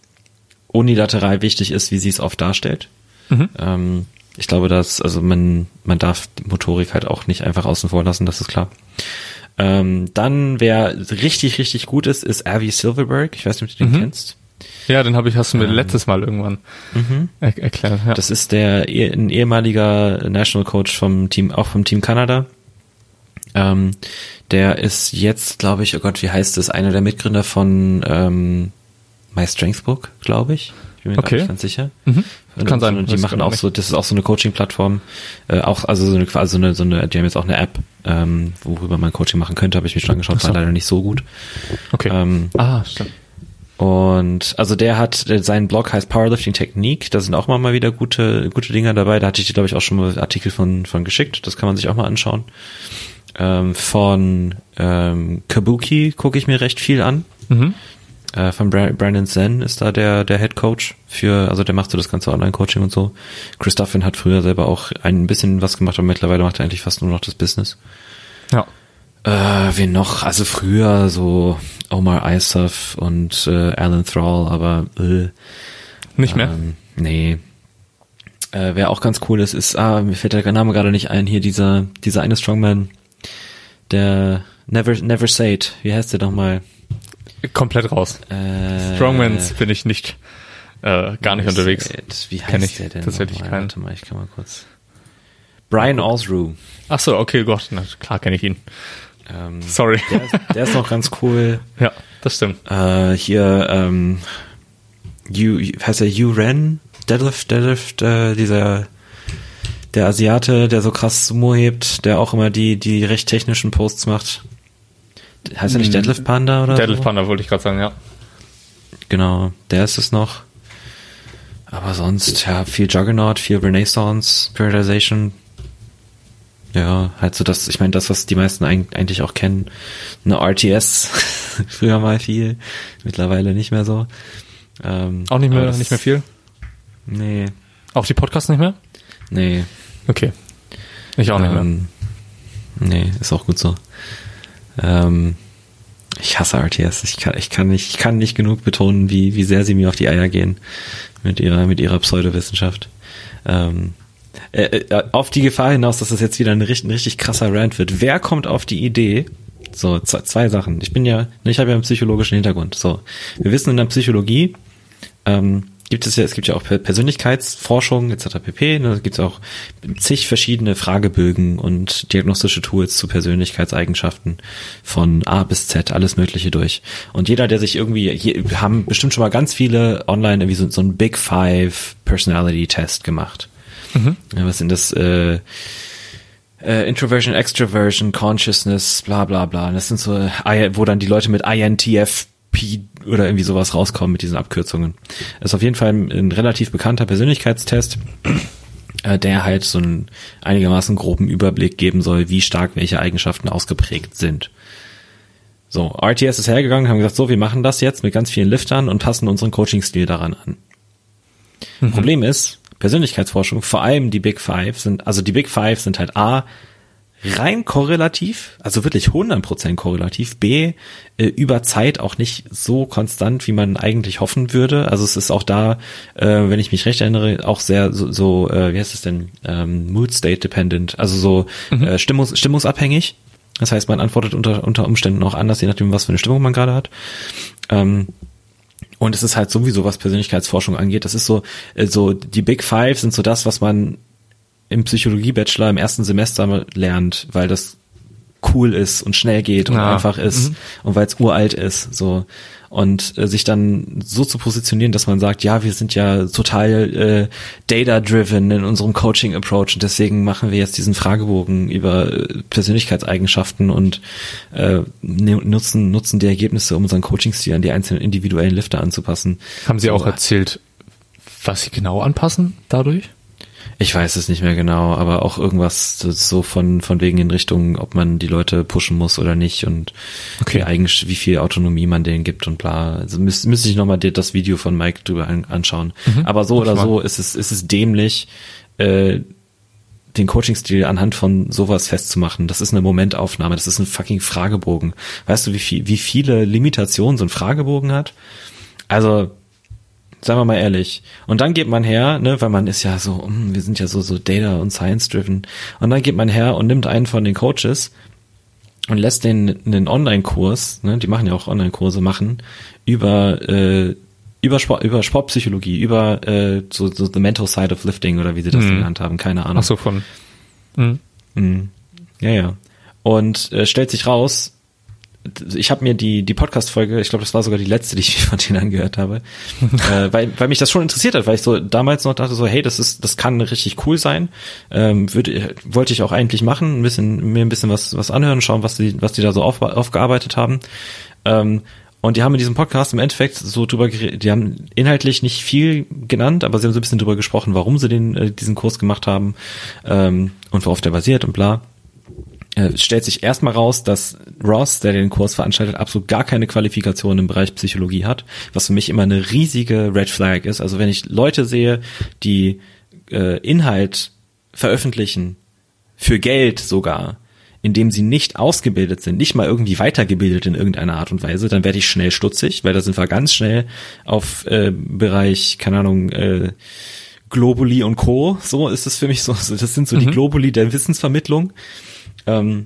B: unilateral wichtig ist, wie sie es oft darstellt.
A: Mhm.
B: Ähm, ich glaube, dass, also man, man darf die Motorik halt auch nicht einfach außen vor lassen, das ist klar. Ähm, dann, wer richtig, richtig gut ist, ist Avi Silverberg. Ich weiß nicht, ob du den
A: Mhm.
B: kennst.
A: Ja, den habe ich, hast du mir
B: Ähm.
A: letztes Mal irgendwann
B: Mhm.
A: er erklärt. Ja.
B: Das ist der eh- ein ehemaliger National Coach vom Team, auch vom Team Kanada. Ähm, der ist jetzt, glaube ich, oh Gott, wie heißt es, einer der Mitgründer von ähm, My Strength Book, glaube ich. Ich bin mir
A: Okay.
B: gar nicht ganz sicher.
A: Mhm.
B: Und,
A: Kann sein,
B: Und die
A: weiß ich
B: machen
A: gar
B: auch
A: nicht.
B: so, das ist auch so eine Coaching-Plattform, äh, auch also so eine, also eine, so eine, die haben jetzt auch eine App, ähm, worüber man Coaching machen könnte, habe ich mir schon angeschaut,
A: Ach so.
B: war leider nicht so gut.
A: Okay.
B: Ähm,
A: ah, stimmt.
B: und also der hat, der, sein Blog heißt Powerlifting Technique, da sind auch mal wieder gute gute Dinger dabei, da hatte ich dir, glaube ich, auch schon mal Artikel von von geschickt, das kann man sich auch mal anschauen. Ähm, von ähm, Kabuki gucke ich mir recht viel an.
A: Mhm.
B: Äh, von Bra- Brandon Zen ist da der der Head Coach für, also der macht so das ganze Online-Coaching und so. Chris Duffin hat früher selber auch ein bisschen was gemacht, aber mittlerweile macht er eigentlich fast nur noch das Business.
A: Ja.
B: Äh, wen noch? Also früher so Omar Isuf und äh, Alan Thrall, aber äh,
A: Nicht mehr?
B: ähm, nee. Äh, wer auch ganz cool ist, ist, ah, mir fällt der Name gerade nicht ein, hier dieser dieser eine Strongman, der Never Never Said, wie heißt der nochmal?
A: Komplett raus.
B: Äh,
A: Strongmans bin ich nicht, äh, gar nicht
B: Never
A: unterwegs.
B: Said. Wie
A: Kenn
B: heißt
A: ich
B: der denn
A: tatsächlich
B: nochmal?
A: keinen.
B: Warte mal, ich kann mal kurz. Brian Osru.
A: Ach so, okay, Gott, na, klar kenne ich ihn.
B: Ähm,
A: Sorry.
B: der, ist, der ist noch ganz cool.
A: Ja, das stimmt.
B: Äh, hier, ähm, Yu, heißt er Yu Ren? Deadlift, Deadlift, äh, dieser, der Asiate, der so krass Sumo hebt, der auch immer die, die recht technischen Posts macht. Heißt er nicht Deadlift Panda oder
A: Deadlift
B: so?
A: Panda wollte ich gerade sagen, ja.
B: Genau, der ist es noch. Aber sonst, ja, viel Juggernaut, viel Renaissance, Periodization. Ja, halt so das, ich meine, das, was die meisten eig- eigentlich auch kennen. Eine R T S, früher mal viel, mittlerweile nicht mehr so. Ähm,
A: Auch nicht
B: aber
A: mehr,
B: das-
A: nicht mehr viel?
B: Nee,
A: Auch die Podcasts nicht mehr?
B: nee.
A: Okay. Ich auch nicht mehr.
B: Ähm, nee, ist auch gut so. Ähm, ich hasse R T S. Ich kann, ich kann nicht, ich kann nicht genug betonen, wie, wie sehr sie mir auf die Eier gehen mit ihrer, mit ihrer Pseudowissenschaft. Ähm, äh, äh, auf die Gefahr hinaus, dass das jetzt wieder ein richtig, ein richtig krasser Rant wird. Wer kommt auf die Idee? So, z- zwei Sachen. Ich bin ja, ich habe ja einen psychologischen Hintergrund. So, wir wissen in der Psychologie, ähm, gibt es ja, es gibt ja auch Persönlichkeitsforschung et cetera pp. Da gibt es auch zig verschiedene Fragebögen und diagnostische Tools zu Persönlichkeitseigenschaften von A bis Z, alles Mögliche durch. Und jeder, der sich irgendwie, hier, wir haben bestimmt schon mal ganz viele online irgendwie so, so ein Big Five Personality Test gemacht. Mhm. Ja, was sind das? Äh, äh, Introversion, Extroversion, Consciousness, bla bla bla. Das sind so, wo dann die Leute mit I N T F P oder irgendwie sowas rauskommen mit diesen Abkürzungen. Das ist auf jeden Fall ein, ein relativ bekannter Persönlichkeitstest, äh, der halt so einen einigermaßen groben Überblick geben soll, wie stark welche Eigenschaften ausgeprägt sind. So, R T S ist hergegangen, haben gesagt, so, wir machen das jetzt mit ganz vielen Liftern und passen unseren Coaching-Stil daran an. Mhm. Problem ist, Persönlichkeitsforschung, vor allem die Big Five sind, also die Big Five sind halt A, rein korrelativ, also wirklich hundert Prozent korrelativ, B, äh, über Zeit auch nicht so konstant, wie man eigentlich hoffen würde. Also es ist auch da, äh, wenn ich mich recht erinnere, auch sehr so, so äh, wie heißt es denn, ähm, Mood State dependent, also so mhm. äh, Stimmungs, stimmungsabhängig. Das heißt, man antwortet unter unter Umständen auch anders, je nachdem, was für eine Stimmung man gerade hat. Ähm, und es ist halt sowieso, was Persönlichkeitsforschung angeht, das ist so, äh, so die Big Five sind so das, was man im Psychologie-Bachelor im ersten Semester lernt, weil das cool ist und schnell geht und ja. einfach ist mhm. und weil es uralt ist, so. Und äh, sich dann so zu positionieren, dass man sagt, ja, wir sind ja total äh, data-driven in unserem Coaching-Approach und deswegen machen wir jetzt diesen Fragebogen über äh, Persönlichkeitseigenschaften und äh, nutzen nutzen die Ergebnisse, um unseren Coaching-Stil an die einzelnen individuellen Lifter anzupassen.
A: Haben Sie
B: so,
A: auch erzählt, was Sie genau anpassen dadurch?
B: Ich weiß es nicht mehr genau, aber auch irgendwas so von von wegen in Richtung, ob man die Leute pushen muss oder nicht und okay. wie, eigentlich, wie viel Autonomie man denen gibt und bla. Also müsste müsste ich nochmal das Video von Mike drüber an, anschauen. Mhm. Aber so oder so ist es ist es dämlich, äh, den Coaching-Stil anhand von sowas festzumachen. Das ist eine Momentaufnahme, das ist ein fucking Fragebogen. Weißt du, wie viel wie viele Limitationen so ein Fragebogen hat? Also Seien wir mal ehrlich. Und dann geht man her, ne, weil man ist ja so, wir sind ja so so Data- und Science-driven. Und dann geht man her und nimmt einen von den Coaches und lässt den einen Online-Kurs, ne, die machen ja auch Online-Kurse machen, über äh, über Sport, über Sportpsychologie, über äh, so, so the mental side of lifting oder wie sie das mhm. genannt haben, keine Ahnung.
A: Ach so, von. Mhm.
B: Mhm. Ja, ja. Und äh, stellt sich raus, ich habe mir die die Podcast-Folge, ich glaube, das war sogar die letzte, die ich von denen angehört habe, äh, weil weil mich das schon interessiert hat, weil ich so damals noch dachte so, hey, das ist das kann richtig cool sein, ähm, würde wollte ich auch eigentlich machen, ein bisschen mir ein bisschen was was anhören, schauen, was die was die da so auf, aufgearbeitet haben. Ähm, und die haben in diesem Podcast im Endeffekt so drüber geredet, die haben inhaltlich nicht viel genannt, aber sie haben so ein bisschen drüber gesprochen, warum sie den äh, diesen Kurs gemacht haben ähm, und worauf der basiert und bla. Es stellt sich erstmal raus, dass Ross, der den Kurs veranstaltet, absolut gar keine Qualifikation im Bereich Psychologie hat, was für mich immer eine riesige Red Flag ist. Also wenn ich Leute sehe, die äh, Inhalt veröffentlichen, für Geld sogar, indem sie nicht ausgebildet sind, nicht mal irgendwie weitergebildet in irgendeiner Art und Weise, dann werde ich schnell stutzig, weil da sind wir ganz schnell auf äh, Bereich, keine Ahnung, äh, Globuli und Co. So ist es für mich so, das sind so mhm. die Globuli der Wissensvermittlung. Ähm,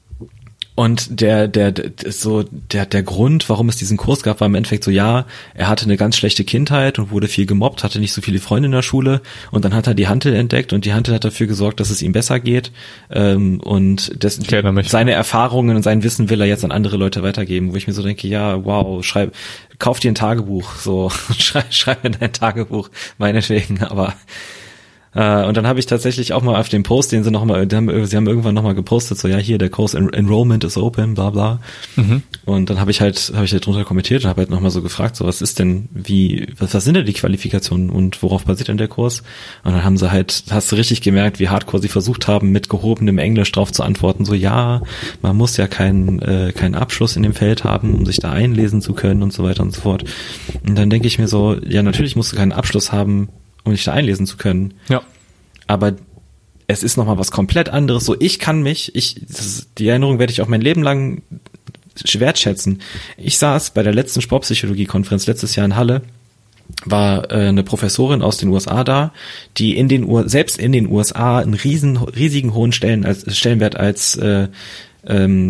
B: und der, der, der, so, der, der Grund, warum es diesen Kurs gab, war im Endeffekt so, ja, er hatte eine ganz schlechte Kindheit und wurde viel gemobbt, hatte nicht so viele Freunde in der Schule und dann hat er die Hantel entdeckt und die Hantel hat dafür gesorgt, dass es ihm besser geht, ähm, und das, seine Erfahrungen und sein Wissen will er jetzt an andere Leute weitergeben, wo ich mir so denke, ja, wow, schreib, kauf dir ein Tagebuch, so, schreib, schreib in dein Tagebuch, meinetwegen, aber Uh, und dann habe ich tatsächlich auch mal auf dem Post, den sie noch mal, die haben, sie haben irgendwann noch mal gepostet, so ja hier der Kurs en- Enrollment is open, bla bla. Mhm. Und dann habe ich halt habe ich halt drunter kommentiert und habe halt noch mal so gefragt, so was ist denn, wie, was, was sind denn die Qualifikationen und worauf basiert denn der Kurs? Und dann haben sie halt, hast du richtig gemerkt, wie hardcore sie versucht haben, mit gehobenem Englisch drauf zu antworten, so ja, man muss ja keinen äh, keinen Abschluss in dem Feld haben, um sich da einlesen zu können und so weiter und so fort. Und dann denke ich mir so, ja natürlich musst du keinen Abschluss haben, um dich da einlesen zu können.
A: Ja.
B: Aber es ist nochmal was komplett anderes. So, ich kann mich, ich, das ist, die Erinnerung werde ich auch mein Leben lang wertschätzen. Ich saß bei der letzten Sportpsychologie-Konferenz letztes Jahr in Halle, war äh, eine Professorin aus den U S A da, die in den U- selbst in den U S A einen riesen, riesigen hohen Stellen als, Stellenwert als äh, ähm,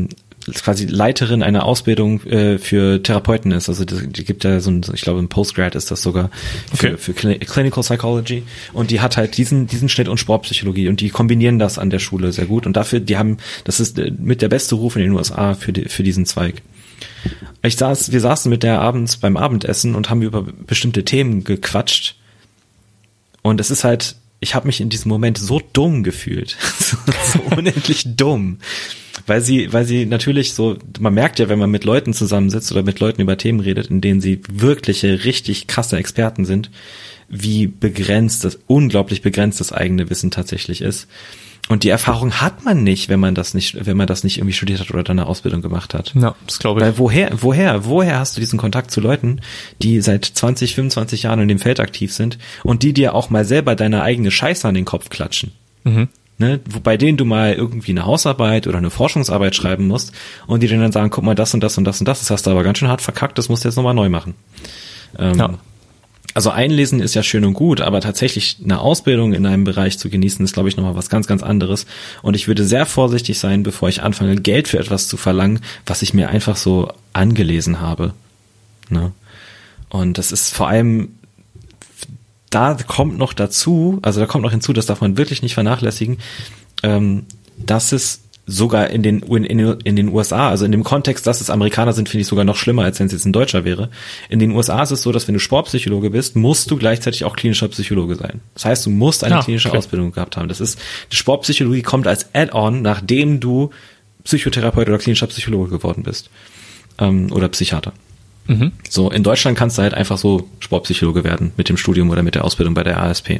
B: quasi Leiterin einer Ausbildung äh, für Therapeuten ist. Also die, die gibt ja so ein, ich glaube, ein Postgrad ist das sogar für,
A: okay.
B: für Clinical Psychology. Und die hat halt diesen diesen Schnitt und Sportpsychologie und die kombinieren das an der Schule sehr gut. Und dafür, die haben, das ist mit der beste Ruf in den U S A für die, für diesen Zweig. Ich saß, wir saßen mit der abends beim Abendessen und haben über bestimmte Themen gequatscht. Und es ist halt, ich habe mich in diesem Moment so dumm gefühlt, so, so unendlich dumm. Weil sie, weil sie natürlich so, man merkt ja, wenn man mit Leuten zusammensitzt oder mit Leuten über Themen redet, in denen sie wirkliche, richtig krasse Experten sind, wie begrenzt das, unglaublich begrenzt das eigene Wissen tatsächlich ist. Und die Erfahrung hat man nicht, wenn man das nicht, wenn man das nicht irgendwie studiert hat oder dann eine Ausbildung gemacht hat.
A: Ja, das glaube ich.
B: Weil woher, woher, woher hast du diesen Kontakt zu Leuten, die seit zwanzig, fünfundzwanzig Jahren in dem Feld aktiv sind und die dir auch mal selber deine eigene Scheiße an den Kopf klatschen?
A: Mhm.
B: Ne, bei denen du mal irgendwie eine Hausarbeit oder eine Forschungsarbeit schreiben musst und die dir dann sagen, guck mal, das und das und das und das, das hast du aber ganz schön hart verkackt, das musst du jetzt nochmal neu machen. Ähm,
A: ja.
B: Also einlesen ist ja schön und gut, aber tatsächlich eine Ausbildung in einem Bereich zu genießen, ist, glaube ich, nochmal was ganz, ganz anderes. Und ich würde sehr vorsichtig sein, bevor ich anfange, Geld für etwas zu verlangen, was ich mir einfach so angelesen habe. Ne? Und das ist vor allem, da kommt noch dazu, also da kommt noch hinzu, das darf man wirklich nicht vernachlässigen, ähm, dass es sogar in den, in, in den U S A, also in dem Kontext, dass es Amerikaner sind, finde ich sogar noch schlimmer, als wenn es jetzt ein Deutscher wäre. In den U S A ist es so, dass wenn du Sportpsychologe bist, musst du gleichzeitig auch klinischer Psychologe sein. Das heißt, du musst eine ja, klinische okay. Ausbildung gehabt haben. Das ist, die Sportpsychologie kommt als Add-on, nachdem du Psychotherapeut oder klinischer Psychologe geworden bist. Ähm, oder Psychiater. Mhm. So, in Deutschland kannst du halt einfach so Sportpsychologe werden, mit dem Studium oder mit der Ausbildung bei der A S P.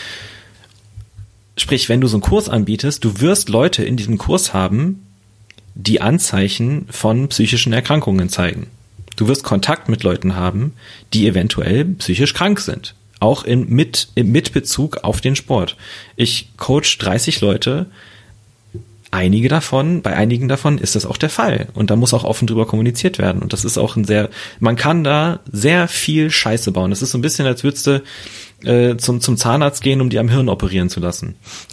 B: Sprich, wenn du so einen Kurs anbietest, du wirst Leute in diesem Kurs haben, die Anzeichen von psychischen Erkrankungen zeigen. Du wirst Kontakt mit Leuten haben, die eventuell psychisch krank sind. Auch in, mit, mit Bezug auf den Sport. Ich coach dreißig Leute. Einige davon, bei einigen davon ist das auch der Fall. Und da muss auch offen drüber kommuniziert werden. Und das ist auch ein sehr, man kann da sehr viel Scheiße bauen. Das ist so ein bisschen, als würdest du äh, zum, zum Zahnarzt gehen, um die am Hirn operieren zu lassen.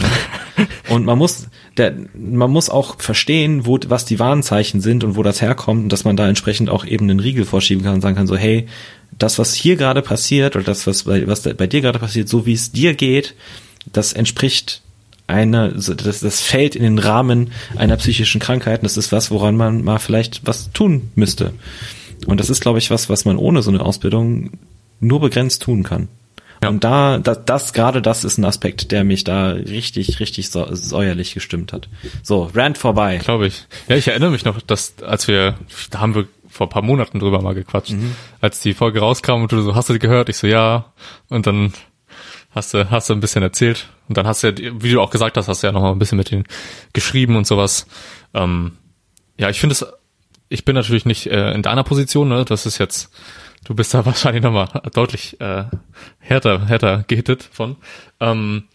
B: Und man muss, der, man muss auch verstehen, wo, was die Warnzeichen sind und wo das herkommt und dass man da entsprechend auch eben einen Riegel vorschieben kann und sagen kann so, hey, das, was hier gerade passiert oder das, was bei, was bei dir gerade passiert, so wie es dir geht, das entspricht eine, das, das fällt in den Rahmen einer psychischen Krankheit. Das ist was, woran man mal vielleicht was tun müsste. Und das ist, glaube ich, was, was man ohne so eine Ausbildung nur begrenzt tun kann. Ja. Und da, das, das, gerade das ist ein Aspekt, der mich da richtig, richtig säuerlich gestimmt hat. So, Rant vorbei.
A: Glaube ich. Ja, ich erinnere mich noch, dass, als wir, da haben wir vor ein paar Monaten drüber mal gequatscht, mhm. als die Folge rauskam und du so, hast du die gehört? Ich so, ja. Und dann hast du, hast du ein bisschen erzählt. Und dann hast du ja, wie du auch gesagt hast, hast du ja noch mal ein bisschen mit denen geschrieben und sowas. Ähm, ja, ich finde es, ich bin natürlich nicht äh, in deiner Position, ne? Das ist jetzt, du bist da wahrscheinlich noch mal deutlich äh, härter, härter gehittet von. Ähm,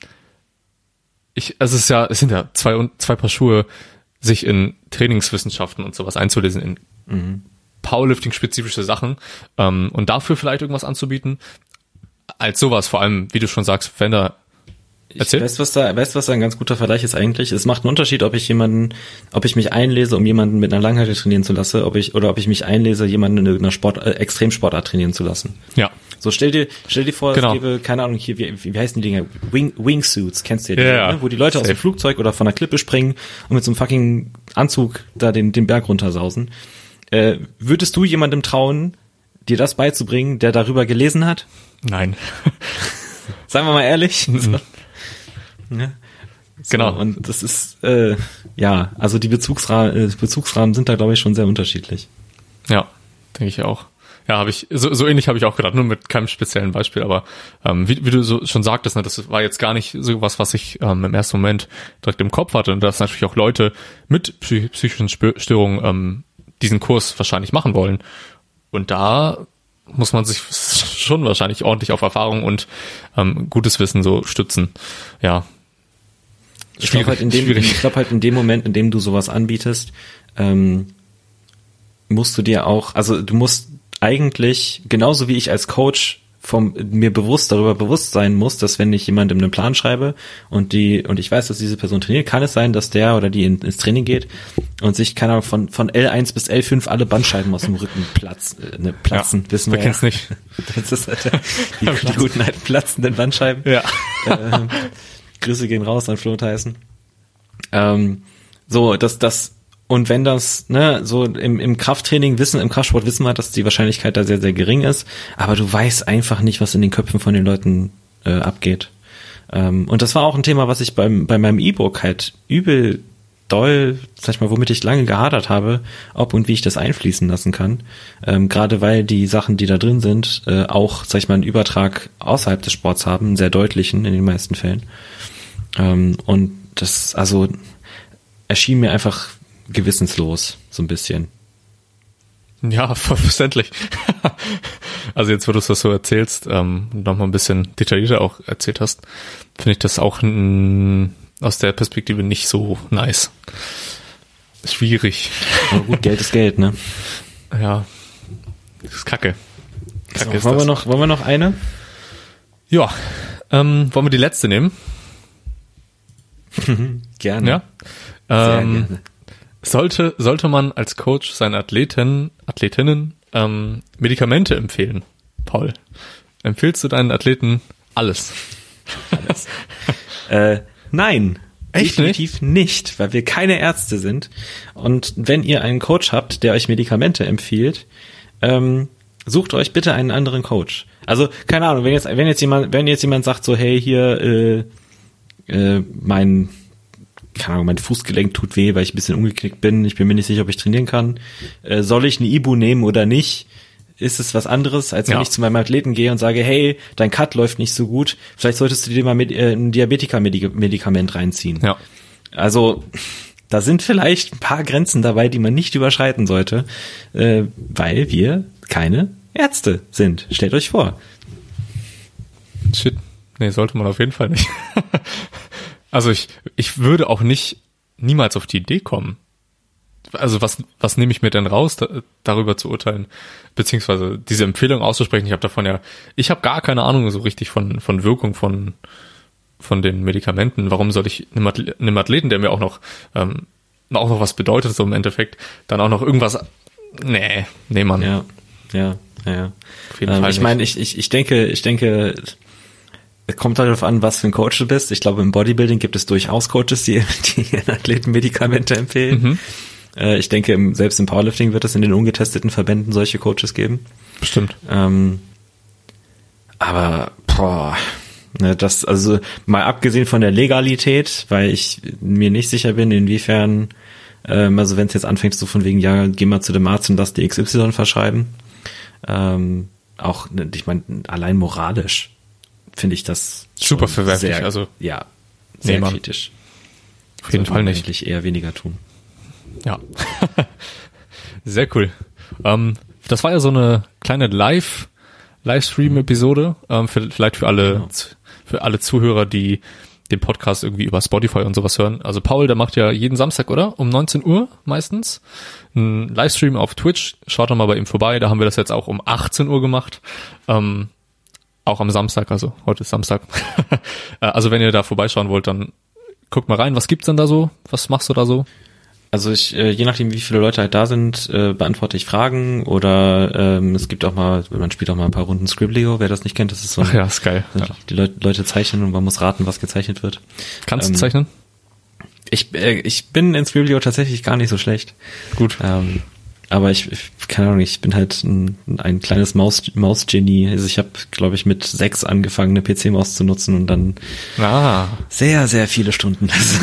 A: ich, also es ist ja, es sind ja zwei, zwei Paar Schuhe, sich in Trainingswissenschaften und sowas einzulesen, in mhm. Powerlifting-spezifische Sachen ähm, und dafür vielleicht irgendwas anzubieten, als sowas, vor allem, wie du schon sagst, wenn da
B: Erzähl. Ich weiß, was da, weißt, was da ein ganz guter Vergleich ist eigentlich? Es macht einen Unterschied, ob ich jemanden, ob ich mich einlese, um jemanden mit einer Langhantel trainieren zu lassen, ob ich, oder ob ich mich einlese, jemanden in irgendeiner Sport, äh, Extremsportart trainieren zu lassen.
A: Ja.
B: So, stell dir, stell dir vor,
A: genau.
B: es gäbe, keine Ahnung, hier, wie, wie heißen die Dinger? Wing, Wingsuits, kennst du ja, die,
A: ja,
B: ne? Wo die Leute safe. Aus dem Flugzeug oder von der Klippe springen und mit so einem fucking Anzug da den, den Berg runtersausen. Äh, würdest du jemandem trauen, dir das beizubringen, der darüber gelesen hat?
A: Nein.
B: Seien wir mal ehrlich.
A: Mhm.
B: Ja. So,
A: genau.
B: Und das ist, äh, ja, also die Bezugsrahmen, Bezugsrahmen sind da, glaube ich, schon sehr unterschiedlich.
A: Ja, denke ich auch. Ja, habe ich, so, so ähnlich habe ich auch gedacht, nur mit keinem speziellen Beispiel, aber ähm, wie, wie du so schon sagtest, ne, das war jetzt gar nicht so was, was ich ähm, im ersten Moment direkt im Kopf hatte, und dass natürlich auch Leute mit psych- psychischen Störungen ähm, diesen Kurs wahrscheinlich machen wollen. Und da muss man sich schon wahrscheinlich ordentlich auf Erfahrung und ähm, gutes Wissen so stützen. Ja.
B: Ich glaube halt in dem, ich glaube halt in dem Moment, in dem du sowas anbietest, ähm, musst du dir auch, also du musst eigentlich, genauso wie ich als Coach vom mir bewusst darüber bewusst sein muss, dass wenn ich jemandem einen Plan schreibe und die und ich weiß, dass diese Person trainiert, kann es sein, dass der oder die in, ins Training geht und sich keine Ahnung von von L eins bis L fünf alle Bandscheiben aus dem Rücken platz, äh, ne, platzen,
A: ja,
B: wissen wir.
A: Wir kennen's nicht.
B: Das ist halt die, die guten alten platzenden Bandscheiben.
A: Ja.
B: Ähm, Grüße gehen raus an Flo Tyson. Ähm, so, dass das und wenn das, ne, so im, im Krafttraining wissen, im Kraftsport wissen wir, dass die Wahrscheinlichkeit da sehr, sehr gering ist, aber du weißt einfach nicht, was in den Köpfen von den Leuten äh, abgeht. Ähm, und das war auch ein Thema, was ich beim bei meinem E-Book halt übel doll, sag ich mal, womit ich lange gehadert habe, ob und wie ich das einfließen lassen kann. Ähm, gerade weil die Sachen, die da drin sind, äh, auch, sag ich mal, einen Übertrag außerhalb des Sports haben, einen sehr deutlichen in den meisten Fällen. Ähm, und das, also, erschien mir einfach gewissenslos, so ein bisschen.
A: Ja, verständlich. Also jetzt, wo du es das so erzählst, ähm, nochmal ein bisschen detaillierter auch erzählt hast, finde ich das auch n- aus der Perspektive nicht so nice. Schwierig.
B: Aber gut, Geld ist Geld, ne?
A: Ja, das ist Kacke. Kacke
B: So,
A: ist
B: wollen
A: das.
B: wir noch, wollen wir noch eine?
A: Ja, ähm, wollen wir die letzte nehmen?
B: Gerne.
A: Ja.
B: Sehr
A: Ähm,
B: gerne.
A: Sollte, sollte man als Coach seinen Athleten, Athletinnen ähm, Medikamente empfehlen? Paul, empfiehlst du deinen Athleten alles?
B: Alles. äh, nein.
A: Echt
B: definitiv nicht? nicht, weil wir keine Ärzte sind. Und wenn ihr einen Coach habt, der euch Medikamente empfiehlt, ähm, sucht euch bitte einen anderen Coach. Also, keine Ahnung, wenn jetzt, wenn jetzt jemand, wenn jetzt jemand sagt so, hey, hier, äh, äh, mein keine Ahnung, mein Fußgelenk tut weh, weil ich ein bisschen umgeknickt bin, ich bin mir nicht sicher, ob ich trainieren kann. Äh, soll ich eine Ibu nehmen oder nicht? Ist es was anderes, als wenn
A: ja.
B: ich zu meinem Athleten gehe und sage, hey, dein Cut läuft nicht so gut, vielleicht solltest du dir mal mit, äh, ein Diabetiker-Medikament reinziehen.
A: Ja.
B: Also, da sind vielleicht ein paar Grenzen dabei, die man nicht überschreiten sollte, äh, weil wir keine Ärzte sind. Stellt euch vor.
A: Shit. Nee, sollte man auf jeden Fall nicht. Also ich, ich würde auch nicht, niemals auf die Idee kommen. Also was, was nehme ich mir denn raus, da, darüber zu urteilen, beziehungsweise diese Empfehlung auszusprechen? Ich habe davon ja, ich habe gar keine Ahnung so richtig von, von Wirkung von, von den Medikamenten. Warum soll ich einem Athleten, einem Athleten, der mir auch noch, ähm, auch noch was bedeutet, so im Endeffekt, dann auch noch irgendwas, nee, nee, Mann.
B: Ja, ja, ja.
A: Auf jeden
B: ähm,
A: Fall
B: ich meine, ich, ich, ich denke, ich denke, es kommt darauf an, was für ein Coach du bist. Ich glaube, im Bodybuilding gibt es durchaus Coaches, die, die ihren Athleten Medikamente empfehlen. Mhm. Äh, ich denke, im, selbst im Powerlifting wird es in den ungetesteten Verbänden solche Coaches geben.
A: Bestimmt.
B: Ähm, aber, boah, ne, das, also mal abgesehen von der Legalität, weil ich mir nicht sicher bin, inwiefern, ähm, also wenn es jetzt anfängt, so von wegen, ja, geh mal zu dem Arzt und lass die X Y verschreiben. Ähm, auch, ich meine, allein moralisch finde ich das
A: super verwerflich,
B: sehr,
A: also
B: ja, sehr
A: nee,
B: kritisch.
A: Auf jeden Fall nicht.
B: Eigentlich eher weniger tun.
A: Ja, sehr cool. Ähm, das war ja so eine kleine Live Livestream-Episode, ähm, für, vielleicht für alle
B: Genau.
A: für alle Zuhörer, die den Podcast irgendwie über Spotify und sowas hören. Also Paul, der macht ja jeden Samstag, oder? Um neunzehn Uhr meistens einen Livestream auf Twitch. Schaut doch mal bei ihm vorbei. Da haben wir das jetzt auch um achtzehn Uhr gemacht. Ähm, Auch am Samstag, also heute ist Samstag. Also wenn ihr da vorbeischauen wollt, dann guckt mal rein. Was gibt's denn da so? Was machst du da so?
B: Also ich, äh, je nachdem, wie viele Leute halt da sind, äh, beantworte ich Fragen oder ähm, es gibt auch mal, man spielt auch mal ein paar Runden Scribblio, wer das nicht kennt, das ist so ein,
A: Ach ja, ist geil.
B: die,
A: Ja.
B: die Leute, Leute zeichnen und man muss raten, was gezeichnet wird.
A: Kannst
B: Ähm,
A: du zeichnen?
B: Ich, äh, ich bin in Scribblio tatsächlich gar nicht so schlecht.
A: Gut.
B: Ähm, aber ich, ich, keine Ahnung, ich bin halt ein, ein kleines Maus, Maus-Genie. Also ich habe, glaube ich, mit sechs angefangen, eine P C-Maus zu nutzen und dann
A: Ah.
B: sehr, sehr viele Stunden.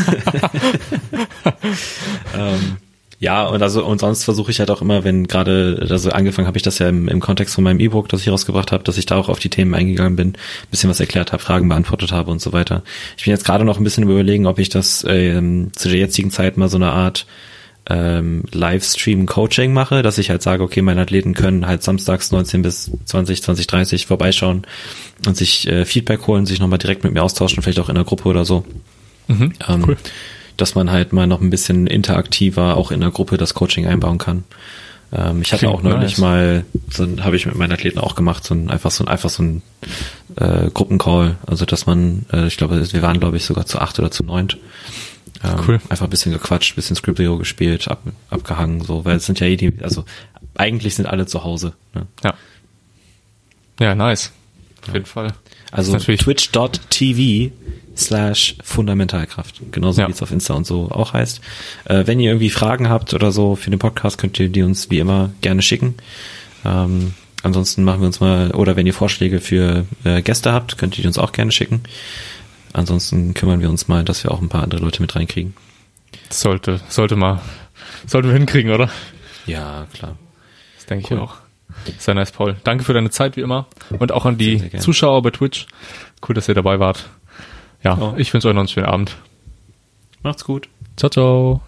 B: ähm, ja, und also und sonst versuche ich halt auch immer, wenn gerade, also angefangen habe ich das ja im, im Kontext von meinem E-Book, das ich rausgebracht habe, dass ich da auch auf die Themen eingegangen bin, ein bisschen was erklärt habe, Fragen beantwortet habe und so weiter. Ich bin jetzt gerade noch ein bisschen überlegen, ob ich das ähm, zu der jetzigen Zeit mal so eine Art ähm, Livestream-Coaching mache, dass ich halt sage, okay, meine Athleten können halt samstags neunzehn bis zwanzig, zwanzig, dreißig vorbeischauen und sich äh, Feedback holen, sich nochmal direkt mit mir austauschen, vielleicht auch in der Gruppe oder so.
A: Mhm,
B: ähm,
A: cool.
B: Dass man halt mal noch ein bisschen interaktiver auch in der Gruppe das Coaching einbauen kann. Ähm, ich hatte
A: Klingt
B: auch neulich
A: nice.
B: mal, so ein, habe ich mit meinen Athleten auch gemacht, so ein, einfach so ein, einfach so ein äh, Gruppencall. Also dass man, äh, ich glaube, wir waren glaube ich sogar zu acht oder zu neunt. Ähm,
A: Cool.
B: Einfach ein bisschen gequatscht, ein bisschen Scribblio gespielt, ab, abgehangen, so, weil es sind ja eh die, also eigentlich sind alle zu Hause. Ne?
A: Ja. Ja, nice. Auf jeden Fall.
B: Also
A: natürlich-
B: twitch.tv slash Fundamentalkraft. Genauso
A: Ja.
B: wie es auf Insta und so auch heißt. Äh, wenn ihr irgendwie Fragen habt oder so für den Podcast, könnt ihr die uns wie immer gerne schicken. Ähm, ansonsten machen wir uns mal, oder wenn ihr Vorschläge für äh, Gäste habt, könnt ihr die uns auch gerne schicken. Ansonsten kümmern wir uns mal, dass wir auch ein paar andere Leute mit reinkriegen.
A: Sollte, sollte mal, sollten wir hinkriegen, oder?
B: Ja, klar.
A: Das denke
B: Cool.
A: ich auch. Sehr nice, Paul. Danke für deine Zeit, wie immer. Und auch an die
B: Sehr, sehr gerne.
A: Zuschauer bei Twitch. Cool, dass ihr dabei wart. Ja,
B: Ja.
A: ich wünsche euch noch einen schönen Abend.
B: Macht's gut.
A: Ciao, ciao.